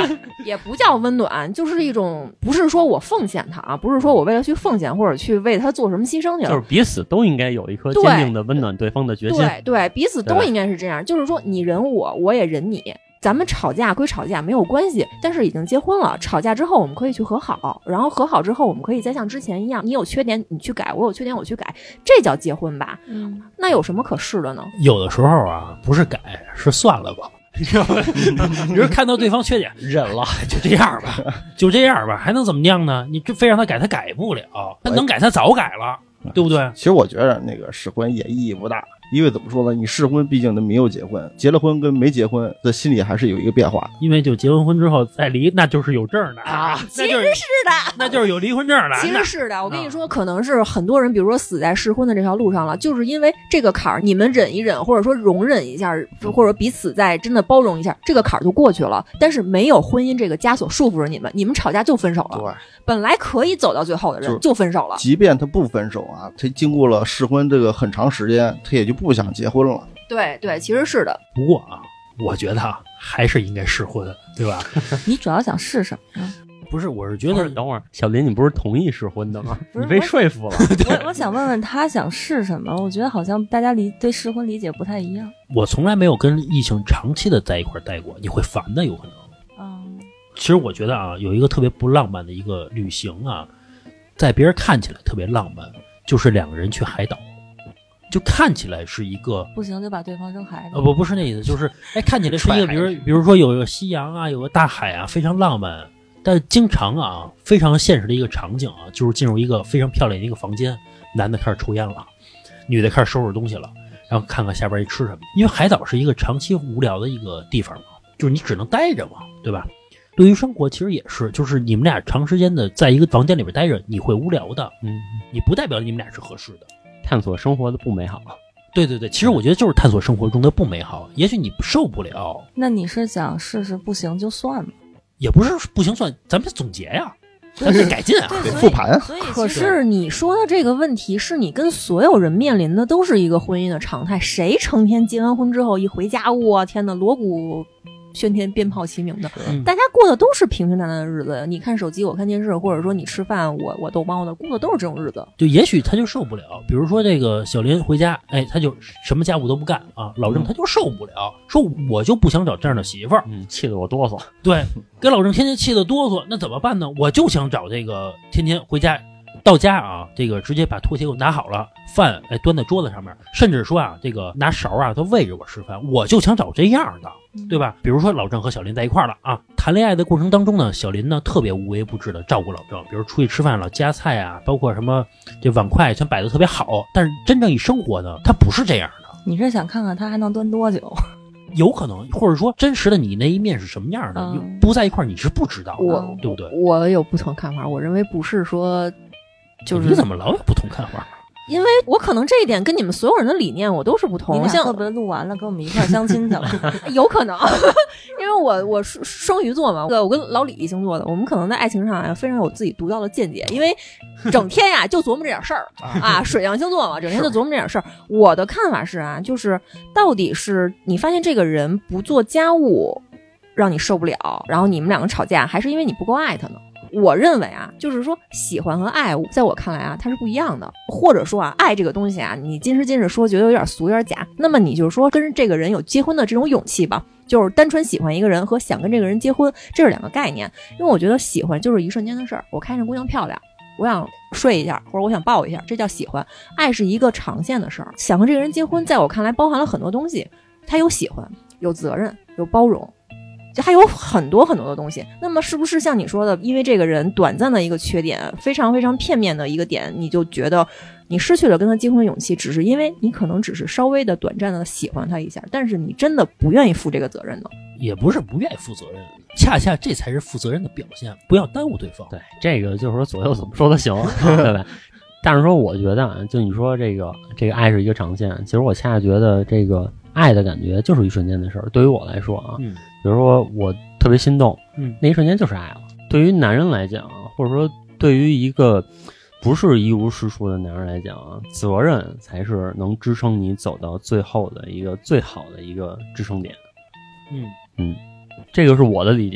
也不叫温暖，就是一种不是说我奉献他啊，不是说我为了去奉献或者去为他做什么牺牲去了， 就是彼此都应该有一颗坚定的温暖对方的决心。 对对，彼此都应该是这样，就是说你忍我，我也忍你。咱们吵架归吵架没有关系，但是已经结婚了，吵架之后我们可以去和好，然后和好之后我们可以再像之前一样，你有缺点你去改，我有缺点我去改，这叫结婚吧？嗯，那有什么可试的呢？ 有的时候啊，不是改，是算了吧。你知道吗？你说看到对方缺点，忍了，就这样吧，就这样吧，还能怎么样呢？你这非让他改，他改不了，他能改，他早改了，对不对？ 其实我觉得那个试婚也意义不大。因为怎么说呢？你试婚毕竟都没有结婚，结了婚跟没结婚的心里还是有一个变化的。 因为就结完婚之后再离，那就是有证的啊， 其实是的， 那就是有离婚证的。 其实是的，我跟你说，可能是很多人，比如说死在试婚的这条路上了，就是因为这个坎儿，你们忍一忍，或者说容忍一下，或者彼此再真的包容一下，这个坎儿就过去了。但是没有婚姻这个枷锁束缚着你们，你们吵架就分手了。 对， 本来可以走到最后的人 就, 就分手了。 即便他不分手啊，他经过了试婚这个很长时间，他也就不想结婚了。 对对，其实是的。 不过啊，我觉得还是应该试婚，对吧？ 你主要想试什么呢？ 不是，我是觉得， 等会儿，小林，你不是同意试婚的吗？你被说服了。 我我想问问他想试什么？我觉得好像大家理对试婚理解不太一样。 我从来没有跟异性长期的在一块待过，你会烦的，有可能。 嗯， 其实我觉得啊，有一个特别不浪漫的一个旅行啊，在别人看起来特别浪漫，就是两个人去海岛。就看起来是一个不行就把对方扔海里。 呃不不是那意思，就是哎看起来是一个比如比如说有个夕阳啊，有个大海啊，非常浪漫。但经常啊非常现实的一个场景啊，就是进入一个非常漂亮的一个房间，男的开始抽烟了，女的开始收拾东西了，然后看看下边一吃什么。因为海岛是一个长期无聊的一个地方嘛，就是你只能待着嘛，对吧？对于生活其实也是，就是你们俩长时间的在一个房间里边待着，你会无聊的。嗯，你不代表你们俩是合适的。 探索生活的不美好。 对对对，其实我觉得就是探索生活中的不美好，也许你受不了。 那你是想试试不行就算吗？ 也不是不行算，咱们总结呀，咱得改进啊， 得复盘啊。 可是你说的这个问题是你跟所有人面临的都是一个婚姻的常态，谁成天结完婚之后一回家，哇天哪，锣鼓喧天鞭炮齐鸣的， 嗯、 大家过的都是平平淡淡的日子。你看手机，我看电视，或者说你吃饭，我我逗猫的，过的都是这种日子。 就也许他就受不了，比如说这个小林回家，哎，他就什么家务都不干啊。老郑他就受不了，说我就不想找这样的媳妇儿， 嗯，气得我哆嗦。 对，跟老郑天天气得哆嗦，那怎么办呢？我就想找这个天天回家。到家啊，这个直接把拖鞋给我拿好了，饭哎端在桌子上面，甚至说啊，这个拿勺啊都喂着我吃饭，我就想找这样的，对吧？比如说老郑和小林在一块儿了啊，谈恋爱的过程当中呢，小林呢特别无微不至的照顾老郑，比如出去吃饭了夹菜啊，包括什么这碗筷全摆得特别好，但是真正一生活呢，他不是这样的。 你是想看看他还能端多久？ 有可能，或者说真实的你那一面是什么样的，嗯、不在一块儿你是不知道的， 我对不对？ 我有不同看法，我认为不是说。就是你怎么老有不同看法？ 因为我可能这一点跟你们所有人的理念我都是不同。像会不会录完了跟我们一块相亲去了？ 有可能，因为我我双鱼座嘛，我跟老李星座的，我们可能在爱情上啊非常有自己独到的见解，因为整天呀就琢磨这点事儿啊，水象星座嘛，整天就琢磨这点事儿。我的看法是啊，就是到底是你发现这个人不做家务让你受不了，然后你们两个吵架，还是因为你不够爱他呢？我认为啊，就是说喜欢和爱，在我看来啊，它是不一样的。或者说啊，爱这个东西啊，你今时今日说觉得有点俗，有点假，那么你就是说跟这个人有结婚的这种勇气吧。就是单纯喜欢一个人和想跟这个人结婚，这是两个概念。因为我觉得喜欢就是一瞬间的事儿，我看这姑娘漂亮，我想睡一下，或者我想抱一下，这叫喜欢。爱是一个长线的事儿，想和这个人结婚，在我看来包含了很多东西，他有喜欢，有责任，有包容。就还有很多很多的东西，那么是不是像你说的，因为这个人短暂的一个缺点，非常非常片面的一个点，你就觉得你失去了跟他结婚的勇气，只是因为你可能只是稍微的短暂的喜欢他一下，但是你真的不愿意负这个责任呢？ 也不是不愿意负责任，恰恰这才是负责任的表现，不要耽误对方。 对，这个就是说左右怎么说都行，对吧？但是说我觉得啊，就你说这个这个爱是一个长线，其实我恰恰觉得这个爱的感觉就是一瞬间的事儿。对于我来说啊，嗯，比如说我特别心动，嗯，那一瞬间就是爱了。对于男人来讲，或者说对于一个不是一无是处的男人来讲，责任才是能支撑你走到最后的一个最好的一个支撑点。 嗯嗯，这个是我的理解。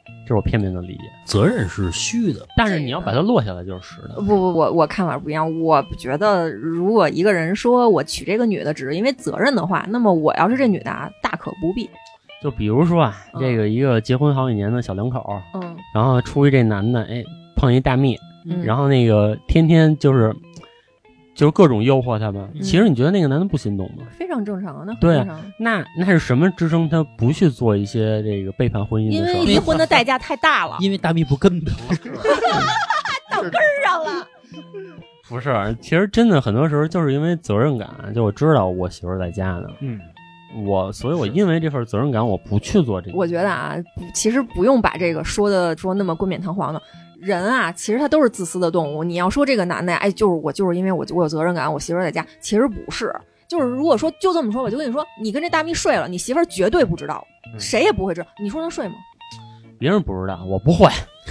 这是我片面的理解。 责任是虚的， 但是你要把它落下来就是实的。 不不，我我看法不一样。我觉得，如果一个人说我娶这个女的只是因为责任的话，那么我要是这女的啊，大可不必。 就比如说啊， 嗯这个一个结婚好几年的小两口， 嗯， 然后出于这男的，哎，碰一大蜜， 嗯然后那个天天就是就是各种诱惑他们。 嗯其实你觉得那个男的不心动吗？ 非常正常啊，那很对正常。 那那是什么支撑他不去做一些这个背叛婚姻因为的事儿？ 离婚的代价太大了， 因为大蜜不跟他。 到根儿上了。 不是，其实真的很多时候就是因为责任感。就我知道我媳妇儿在家呢， 嗯， 我所以，我因为这份责任感，我不去做这个。 我觉得啊，其实不用把这个说的说那么冠冕堂皇的。人啊，其实他都是自私的动物。你要说这个男的呀，哎，就是我，就是因为我我有责任感，我媳妇儿在家，其实不是。就是如果说就这么说，我就跟你说，你跟这大蜜睡了，你媳妇儿绝对不知道， 嗯谁也不会知道。你说能睡吗？ 别人不知道，我不会。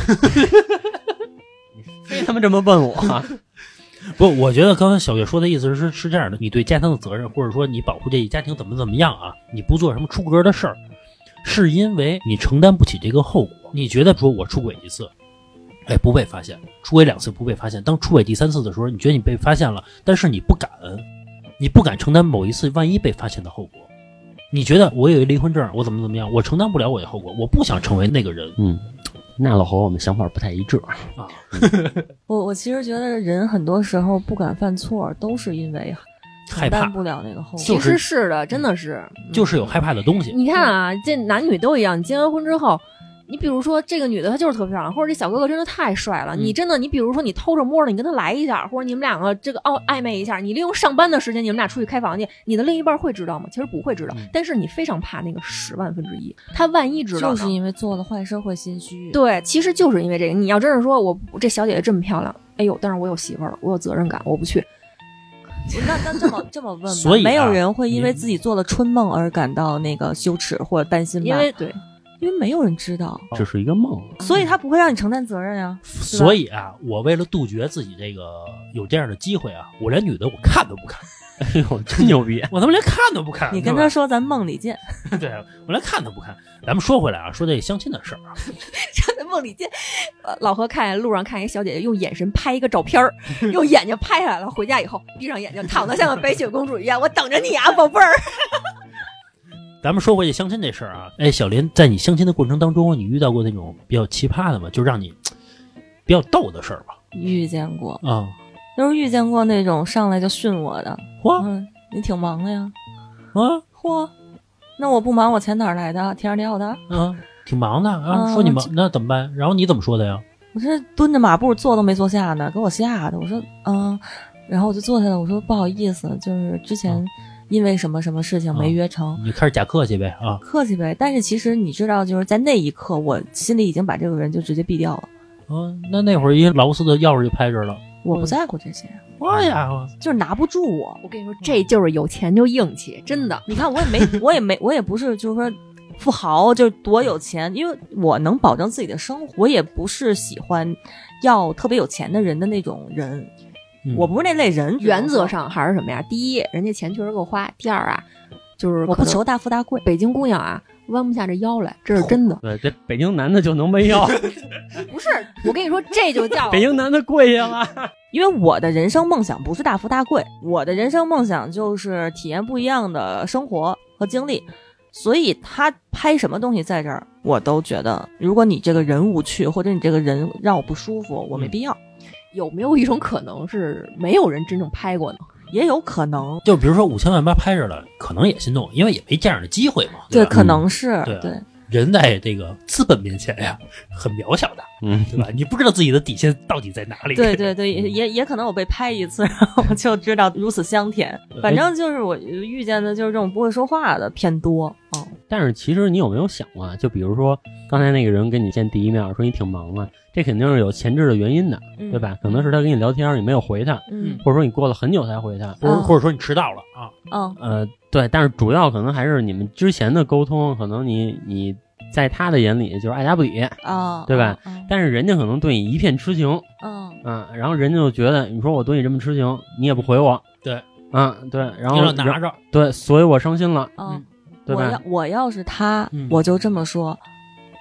你非他妈这么问我？ 不，我觉得刚才小月说的意思是是这样的：你对家庭的责任，或者说你保护这一家庭怎么怎么样啊，你不做什么出格的事儿，是因为你承担不起这个后果。你觉得说我出轨一次，哎，不被发现；出轨两次不被发现，当出轨第三次的时候，你觉得你被发现了，但是你不敢，你不敢承担某一次万一被发现的后果。你觉得我有一离婚证，我怎么怎么样，我承担不了我的后果，我不想成为那个人。 嗯，那老侯我们想法不太一致啊。 我我其实觉得人很多时候不敢犯错，都是因为害怕承担不了那个后果。 其实是的，真的是， 就是有害怕的东西。 你看啊，这男女都一样。你结完婚之后，你比如说这个女的她就是特漂亮，或者这小哥哥真的太帅了， 嗯、 你真的，你比如说你偷着摸着，你跟他来一下，或者你们两个这个哦暧昧一下，你利用上班的时间，你们俩出去开房去，你的另一半会知道吗？其实不会知道， 嗯、 但是你非常怕那个十万分之一，他万一知道， 就是因为做了坏事会心虚。 对，其实就是因为这个。你要真是说我这小姐姐这么漂亮，哎呦，但是我有媳妇了，我有责任感，我不去。 那那这么这么问吧， 所以、啊、 没有人会因为自己做了春梦而感到那个羞耻或者担心吧？ 因为对。 因为没有人知道， 这是一个梦， 所以他不会让你承担责任呀。 所以啊，我为了杜绝自己这个有这样的机会啊，我连女的我看都不看。 哎呦，真牛逼！ 我他妈连看都不看。 你跟他说咱梦里见。 对，我连看都不看。咱们说回来啊，说这相亲的事儿啊， 在梦里见，呃，老何看路上看一小姐姐用眼神拍一个照片儿，用眼睛拍下来了，回家以后闭上眼睛，躺得像个白雪公主一样，我等着你啊，宝贝儿。 咱们说回去相亲这事儿啊，哎，小林，在你相亲的过程当中，你遇到过那种比较奇葩的吗？就让你比较逗的事儿吧？ 遇见过啊， 就是遇见过那种上来就训我的。 嚯、 嗯，你挺忙的呀？ 啊， 嚯，那我不忙，我钱哪儿来的？天上掉的？ 啊，挺忙的啊。 啊说你忙，那怎么办？然后你怎么说的呀？ 我这蹲着马步，坐都没坐下呢，给我吓的。我说，嗯，然后我就坐下来，我说不好意思，就是之前。因为什么什么事情没约成， 啊、你开始假客气呗啊， 客气呗。但是其实你知道，就是在那一刻，我心里已经把这个人就直接毙掉了。 嗯、啊，那那会儿一劳斯的钥匙就拍着了， 我不在乎这些。 哎呀， 就是拿不住我。 我跟你说，这就是有钱就硬气，真的。 你看，我也没，我也没，我也不是，就是说富豪，就多有钱，因为我能保证自己的生活。我也不是喜欢要特别有钱的人的那种人。 嗯、 我不是那类人， 原则上还是什么呀？第一，人家钱确实够花；第二啊，就是我不求大富大贵。 北京姑娘啊，弯不下这腰来，这是真的。 对，这北京男的就能没腰。 不是，我跟你说，这就叫北京男的跪下了。 因为我的人生梦想不是大富大贵，我的人生梦想就是体验不一样的生活和经历。所以他拍什么东西在这儿，我都觉得，如果你这个人无趣，或者你这个人让我不舒服，我没必要。 嗯，有没有一种可能是没有人真正拍过呢？ 也有可能， 就比如说五千万八拍着了，可能也心动，因为也没这样的机会嘛。 对， 对可能是、 嗯、对、啊、 对。 人在这个资本面前呀，很渺小的， 嗯， 对吧？你不知道自己的底线到底在哪里。 对对对，也也也可能我被拍一次，然后我就知道如此香甜。反正就是我遇见的就是这种不会说话的偏多。哦， 但是其实你有没有想过，就比如说刚才那个人跟你见第一面说你挺忙啊，这肯定是有前置的原因的， 嗯、 对吧？可能是他跟你聊天，你没有回他， 嗯， 或者说你过了很久才回他， 或者、嗯、或者说你迟到了啊。 嗯， 呃，对，但是主要可能还是你们之前的沟通，可能你你。在他的眼里就是爱答不理啊， 对吧？ 嗯、 但是人家可能对你一片痴情， 嗯啊，然后人家就觉得你说我对你这么痴情，你也不回我， 对， 啊对，然后拿着， 对，所以我伤心了， 嗯， 对吧？ 我要我要是他， 嗯、 我就这么说，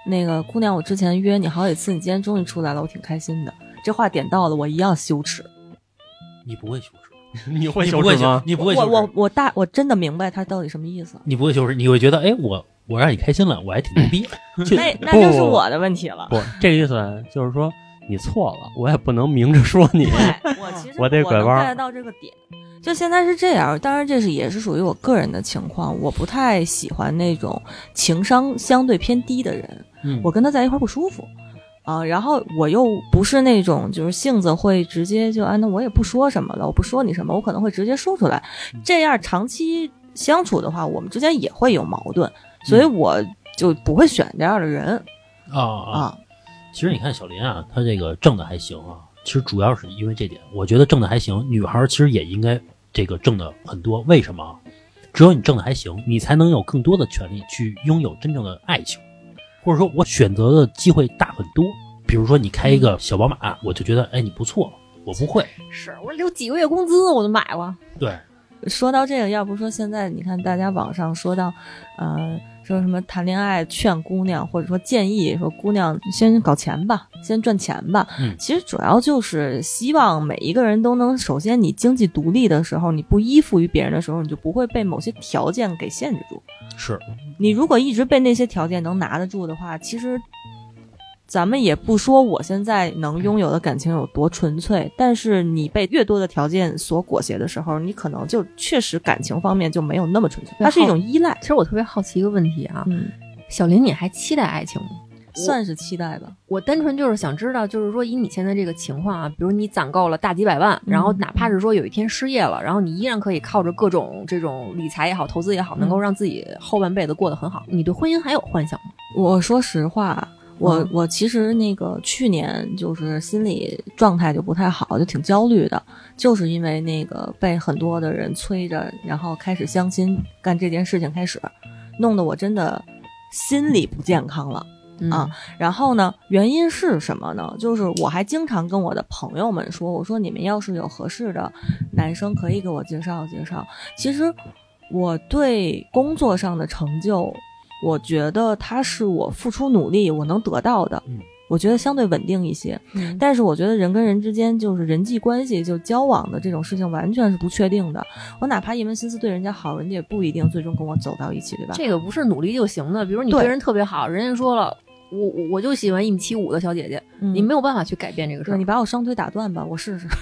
那个姑娘，我之前约你好几次，你今天终于出来了，我挺开心的。这话点到了，我一样羞耻。 你不会羞耻， 你会你不会羞耻吗？ 你不会羞耻， 我我我大我真的明白他到底什么意思。 你不会羞耻，你会觉得，哎，我我让你开心了，我还挺牛逼。 那那就是我的问题了。 不，这个意思就是说你错了，我也不能明着说你。 我其实我得拐弯我能 get 到这个点。就现在是这样，当然这是也是属于我个人的情况，我不太喜欢那种情商相对偏低的人， 嗯， 我跟他在一块不舒服啊。然后我又不是那种就是性子会直接就啊，那我也不说什么了，我不说你什么，我可能会直接说出来。这样长期相处的话，我们之间也会有矛盾，所以我就不会选这样的人啊啊。 啊。 其实你看小林啊，他这个挣的还行啊。其实主要是因为这点，我觉得挣的还行，女孩其实也应该这个挣的很多。为什么？只有你挣的还行，你才能有更多的权利去拥有真正的爱情，或者说我选择的机会大很多。比如说你开一个小宝马，我就觉得哎你不错，我不会。 是我留几个月工资我都买了。 对， 说到这个，要不说现在你看大家网上说到，呃。说什么谈恋爱劝姑娘，或者说建议说姑娘先搞钱吧，先赚钱吧。 嗯， 其实主要就是希望每一个人都能，首先你经济独立的时候，你不依附于别人的时候，你就不会被某些条件给限制住。 是， 你如果一直被那些条件能拿得住的话，其实咱们也不说我现在能拥有的感情有多纯粹，但是你被越多的条件所裹挟的时候，你可能就确实感情方面就没有那么纯粹，它是一种依赖。 其实我特别好奇一个问题啊， 嗯， 小林，你还期待爱情吗？ 算是期待吧。 我单纯就是想知道，就是说以你现在这个情况啊，比如你攒够了大几百万， 嗯、 然后哪怕是说有一天失业了，然后你依然可以靠着各种这种理财也好、投资也好，能够让自己后半辈子过得很好。你对婚姻还有幻想吗？ 我说实话。我嗯我其实那个去年就是心理状态就不太好，就挺焦虑的，就是因为那个被很多的人催着，然后开始相亲干这件事情开始，弄得我真的心理不健康了、 嗯、 啊。然后呢，原因是什么呢？就是我还经常跟我的朋友们说，我说你们要是有合适的男生可以给我介绍介绍。其实我对工作上的成就，我觉得它是我付出努力我能得到的， 嗯， 我觉得相对稳定一些、嗯、但是我觉得人跟人之间就是人际关系就交往的这种事情完全是不确定的，我哪怕一门心思对人家好，人家也不一定最终跟我走到一起，对吧？ 这个不是努力就行的，比如你对人特别好，人家说了我我就喜欢一米七五的小姐姐、嗯、你没有办法去改变这个事儿， 你把我双腿打断吧，我试试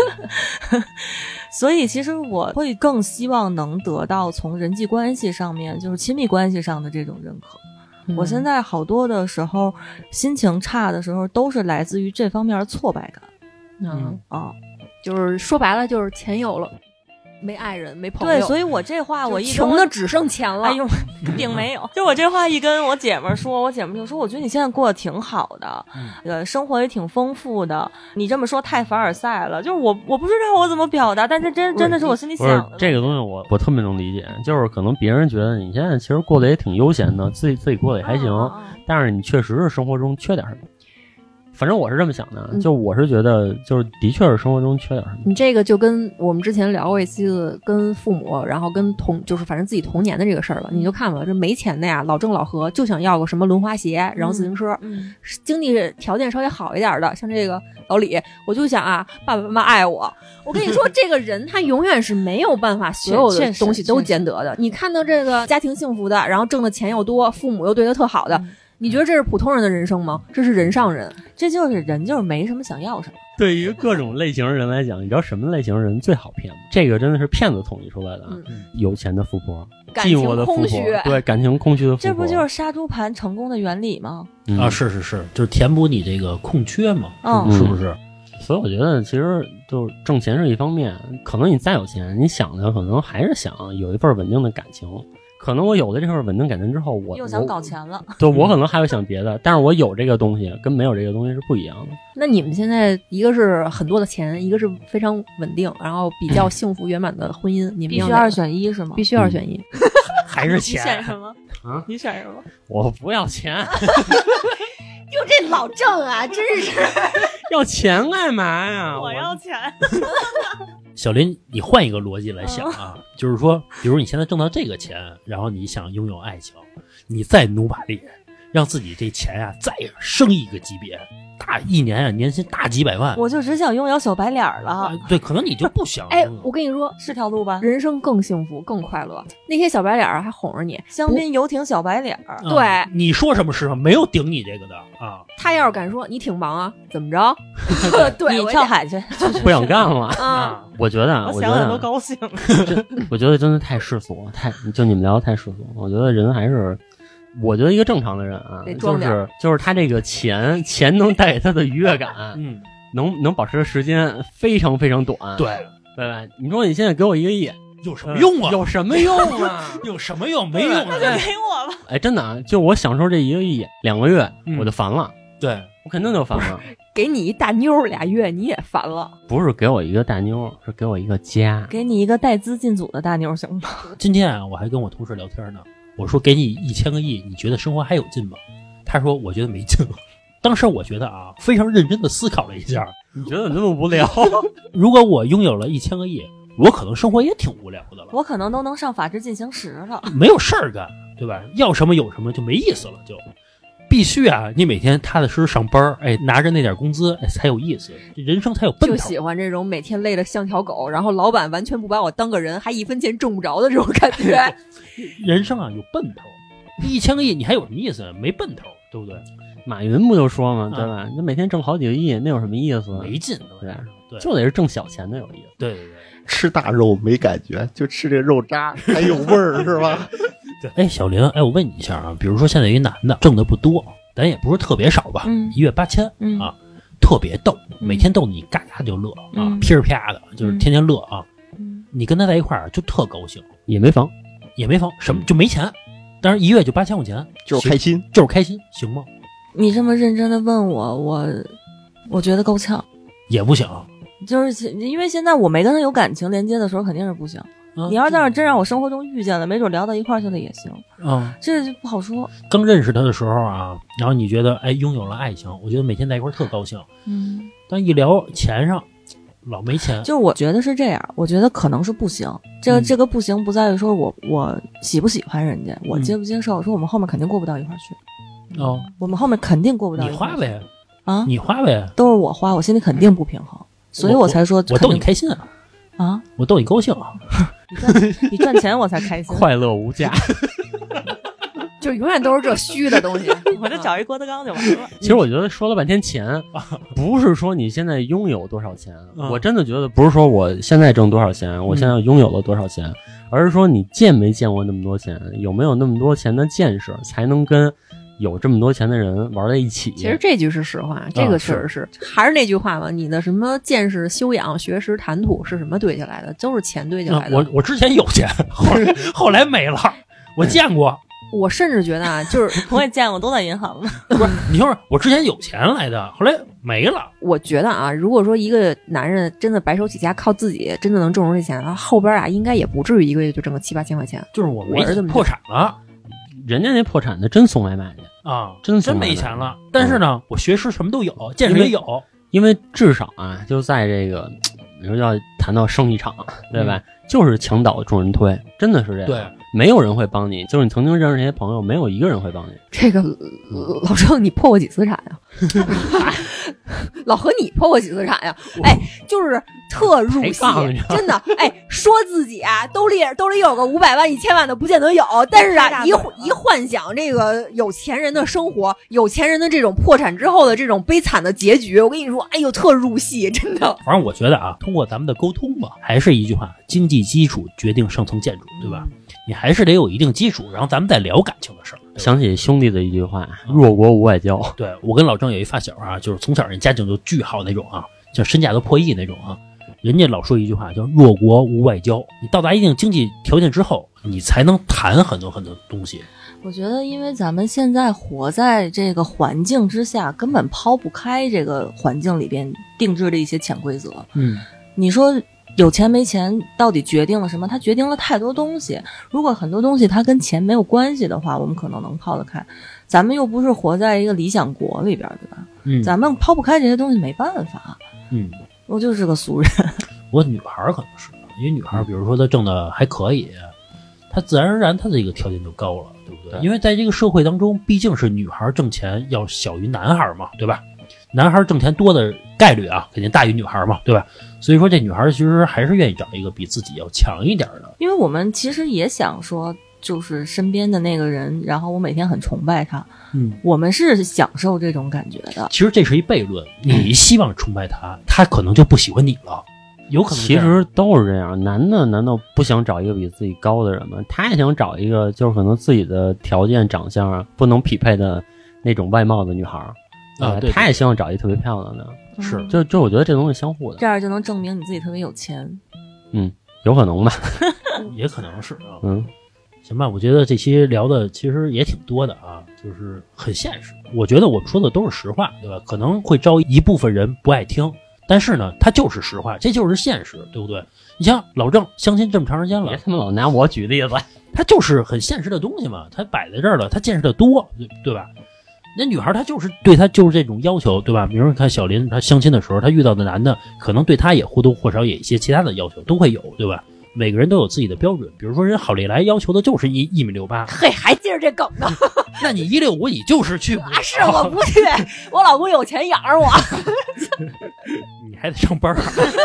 所以其实我会更希望能得到从人际关系上面，就是亲密关系上的这种认可、嗯、我现在好多的时候心情差的时候都是来自于这方面的挫败感。 嗯啊， 就是说白了就是钱有了没爱人没朋友， 对，所以我这话我一穷的只剩钱了。 哎呦，并没有。就我这话一跟我姐们说，我姐们就说：“我觉得你现在过得挺好的， 嗯、 呃，生活也挺丰富的。你这么说太凡尔赛了。”就是我我不知道我怎么表达，但这真真的是我心里想的。 这个东西我我特别能理解，就是可能别人觉得你现在其实过得也挺悠闲的，自己自己过得也还行， 嗯嗯嗯但是你确实是生活中缺点什么。反正我是这么想的，就我是觉得，就是的确是生活中缺点什么。 你这个就跟我们之前聊过一次，跟父母，然后跟同，就是反正自己童年的这个事儿了。你就看吧，这没钱的呀，老郑老何就想要个什么轮滑鞋，然后自行车。 嗯， 经济条件稍微好一点的，像这个老李，我就想啊，爸爸妈妈爱我。我跟你说，这个人他永远是没有办法所有的东西都兼得的。你看到这个家庭幸福的，然后挣的钱又多，父母又对他特好的。嗯，你觉得这是普通人的人生吗？这是人上人， 这就是人，就是没什么想要什么。 对于各种类型人来讲，你知道什么类型人最好骗吗？这个真的是骗子统计出来的。 嗯、 有钱的富婆， 感情寂寞的富婆， 空虚， 对，感情空虚的富婆， 这不就是杀猪盘成功的原理吗？ 嗯、 啊，是是是，就是填补你这个空缺嘛， 嗯、 是不是？ 所以我觉得，其实就挣钱是一方面，可能你再有钱，你想的可能还是想有一份稳定的感情。可能我有了这份稳定感情之后，我又想搞钱了。 对，我可能还会想别的，但是我有这个东西跟没有这个东西是不一样的。 那你们现在一个是很多的钱，一个是非常稳定，然后比较幸福圆满的婚姻，你们必须二选一是吗？ 必须二选一， 嗯、还是钱？ 你选什么？ 啊？ 你选什么？ 我不要钱。 就这老郑啊，真是要钱干嘛呀？ 我要钱。 小林，你换一个逻辑来想啊，嗯、就是说，比如你现在挣到这个钱，然后你想拥有爱情，你再努把力， 让自己这钱啊再升一个级别，大一年啊年薪大几百万。 我就只想拥有小白脸了、 啊。对，可能你就不想。 哎，我跟你说， 是条路吧？ 人生更幸福，更快乐。那些小白脸还哄着你， 香槟游艇小白脸、 嗯。 对， 你说什么是什么，没有顶你这个的啊。 他要是敢说你挺忙啊，怎么着？对， 你跳海去， 不想干了啊！ 我觉得， 我想想都高兴。 我觉得真的太世俗了，太就你们聊的太世俗了。我觉得人还是。我觉得一个正常的人啊，就是就是他这个钱钱能带给他的愉悦感， 嗯， 能能保持的时间非常非常短， 对对吧？你说你现在给我一个亿， 有什么用啊？ 有什么用啊？ 有什么用？没用、啊， 那就给我吧。 哎，真的啊，就我享受这一个亿两个月， 嗯、 我就烦了， 对我肯定就烦了。 给你一大妞俩月，你也烦了。 不是给我一个大妞，是给我一个家。 给你一个带资进组的大妞行吗？ 今天啊，我还跟我同事聊天呢。我说给你一千个亿，你觉得生活还有劲吗？他说我觉得没劲了。当时我觉得啊，非常认真的思考了一下， 你觉得那么无聊？ 如果我拥有了一千个亿，我可能生活也挺无聊的了。 我可能都能上法制进行时了， 没有事儿干，对吧？要什么有什么就没意思了，就必须啊，你每天踏踏实实上班，哎，拿着那点工资，哎，才有意思，人生才有奔头。 就喜欢这种每天累得像条狗，然后老板完全不把我当个人，还一分钱挣不着的这种感觉。 人生啊有奔头，一千个亿你还有什么意思？没奔头，对不对？ 马云不就说嘛，对吧？你、嗯、每天挣好几个亿，那有什么意思？ 没劲， 对对， 就得是挣小钱的有意思。 对对对， 吃大肉没感觉，就吃这肉渣还有味儿，是吧？ 对。哎，小林，哎，我问你一下啊，比如说现在有一男的挣的不多，咱也不是特别少吧， 嗯、 一月八千、 嗯、 啊，特别逗，每天逗你嘎嘎就乐、嗯、啊，噼里啪的，就是天天乐啊。 嗯、 你跟他在一块儿就特高兴， 也没房， 也没房，什么就没钱。当然一月就八千块钱， 就是开心， 就是开心，行吗？ 你这么认真的问我，我我觉得够呛， 也不行。 就是因为现在我没跟他有感情连接的时候，肯定是不行。啊、你要是在那真让我生活中遇见了，没准聊到一块儿去了也行。 啊， 这就不好说。 刚认识他的时候啊，然后你觉得哎拥有了爱情，我觉得每天在一块儿特高兴。 嗯， 但一聊钱上，老没钱。 就是我觉得是这样，我觉得可能是不行。这个、嗯、这个不行不在于说我我喜不喜欢人家，我接不接受，嗯、说我们后面肯定过不到一块儿去。 哦， 我们后面肯定过不到一块儿去。 你花呗啊， 你花呗， 都是我花，我心里肯定不平衡，所以我才说我, 我逗你开心啊， 啊， 我逗你高兴啊， 你赚你赚钱我才开心， 快乐无价。 就永远都是这虚的东西， 我就找一郭德纲就完了。 其实我觉得说了半天钱，不是说你现在拥有多少钱， 嗯、 我真的觉得不是说我现在挣多少钱，我现在拥有了多少钱，嗯、而是说你见没见过那么多钱，有没有那么多钱的见识，才能跟有这么多钱的人玩在一起。 其实这句是实话，这个确实是，嗯、是还是那句话嘛，你的什么见识、修养、学识、谈吐是什么堆起来的？都是钱堆起来的。 嗯、我我之前有钱，后来后来没了，我见过。 我甚至觉得啊，就是我也见过，都在银行呢。 不是，你说我之前有钱来的，后来没了。 我觉得啊，如果说一个男人真的白手起家，靠自己真的能挣出这钱，他后边啊应该也不至于一个月就挣个七八千块钱。 就是我没我是这么破产了， 人家那破产的真送外卖去啊， 真真没钱了。但是呢，嗯、我学识什么都有，见识也有。 因为至少啊，就在这个，你说要谈到生意场，对吧？嗯、就是墙倒众人推，真的是这样。 对。 没有人会帮你，就是你曾经认识这些朋友，没有一个人会帮你。 这个老郑，你破过几次产呀？老何，你破过几次产呀？哎，就是特入戏，真的。哎，说自己啊，兜里兜里有个五百万、一千万的，不见得有。但是啊，一一幻想这个有钱人的生活，有钱人的这种破产之后的这种悲惨的结局，我跟你说，哎呦，特入戏，真的。 反正我觉得啊，通过咱们的沟通吧，还是一句话：经济基础决定上层建筑，对吧？你还是得有一定基础，然后咱们再聊感情的事儿。 想起兄弟的一句话：弱国无外交。 对，我跟老郑有一发小啊，就是从小人家境就巨好那种啊，就身价都破亿那种啊。人家老说一句话叫“弱国无外交”，你到达一定经济条件之后，你才能谈很多很多东西。 我觉得，因为咱们现在活在这个环境之下，根本抛不开这个环境里边定制的一些潜规则。 嗯， 你说。有钱没钱到底决定了什么？它决定了太多东西。如果很多东西它跟钱没有关系的话，我们可能能抛得开。咱们又不是活在一个理想国里边，对吧？ 嗯， 咱们抛不开这些东西没办法。 嗯， 我就是个俗人。 我女孩可能是，因为女孩比如说她挣的还可以，她他自然而然他这个条件就高了，对不对？ 对因为在这个社会当中，毕竟是女孩挣钱要小于男孩嘛，对吧？男孩挣钱多的概率啊，肯定大于女孩嘛，对吧？所以说这女孩其实还是愿意找一个比自己要强一点的。 因为我们其实也想说，就是身边的那个人，然后我每天很崇拜他， 嗯， 我们是享受这种感觉的。 其实这是一悖论，你希望崇拜他，他可能就不喜欢你了，有可能这其样。 实都是这样，男的难道不想找一个比自己高的人吗？他也想找一个就是可能自己的条件长相啊不能匹配的那种外貌的女孩儿啊对对他也希望找一个特别漂亮的， 是就就我觉得这东西相互的， 这样就能证明你自己特别有钱。 嗯，有可能吧， 也可能是啊。 嗯。 行吧，我觉得这期聊的其实也挺多的啊，就是很现实。我觉得我们说的都是实话，对吧？可能会招一部分人不爱听，但是呢，它就是实话，这就是现实，对不对？你像老郑相亲这么长时间了别，他妈老拿我举例子， 他就是很现实的东西嘛，他摆在这儿了，他见识的多，对对吧？那女孩她就是对他就是这种要求，对吧？比如说看小林，她相亲的时候，她遇到的男的可能对她也或多或少也一些其他的要求都会有，对吧？每个人都有自己的标准，比如说人郝丽来要求的就是一一米六八， 嘿，还记着这梗呢？ 那你一六五你就是去不了， 啊，是我不去，我老公有钱养着我。 你还得上班儿。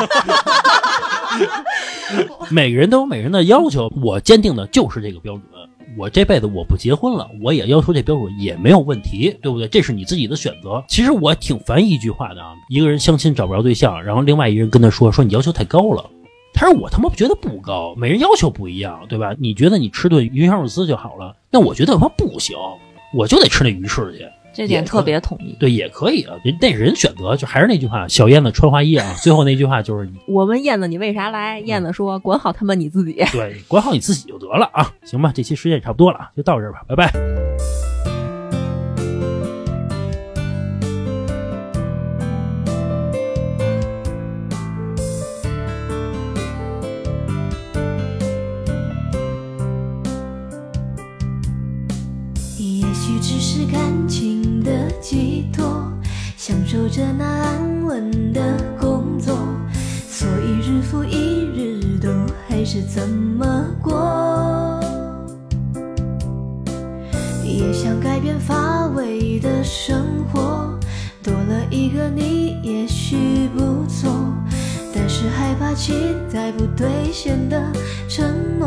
每个人都有每个人的要求，我坚定的就是这个标准。我这辈子我不结婚了，我也要求这标准也没有问题，对不对？这是你自己的选择。其实我挺烦一句话的啊，一个人相亲找不着对象，然后另外一个人跟他说说你要求太高了。他说我他妈觉得不高，每人要求不一样，对吧？你觉得你吃顿鱼香肉丝就好了，那我觉得他妈不行，我就得吃那鱼翅去。 这点特别同意。 对，也可以啊，那是人选择。就还是那句话，小燕子穿花衣啊。最后那句话就是你， 我问燕子你为啥来？燕子说管好他妈你自己。 对，管好你自己就得了啊。行吧，这期时间也差不多了，就到这儿吧，拜拜。 也许只是感情的寄托，享受着那安稳的工作，所以日复一日都还是这么过。也想改变乏味的生活，多了一个你也许不错，但是害怕期待不兑现的承诺。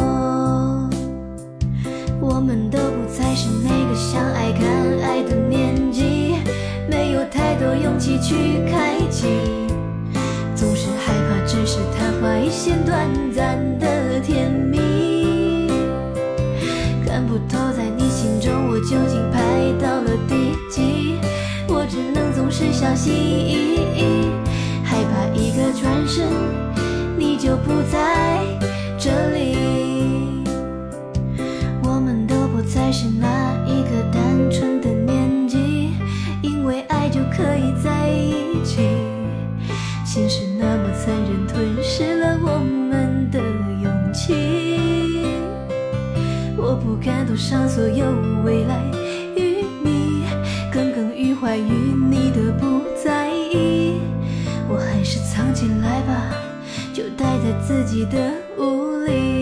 我们都不再是那个相爱看爱的年纪，没有太多勇气去开启，总是害怕只是昙花一现短暂的甜蜜，看不透在你心中我究竟排到了第几，我只能总是小心翼翼，害怕一个转身你就不在这里，我们都不再是那一个单纯的年纪，因为爱就可以在一起，现实那么残忍吞噬了我们的勇气，我不敢赌上所有未来与你，耿耿于怀于你的不在意，我还是藏起来吧，就待在自己的屋里。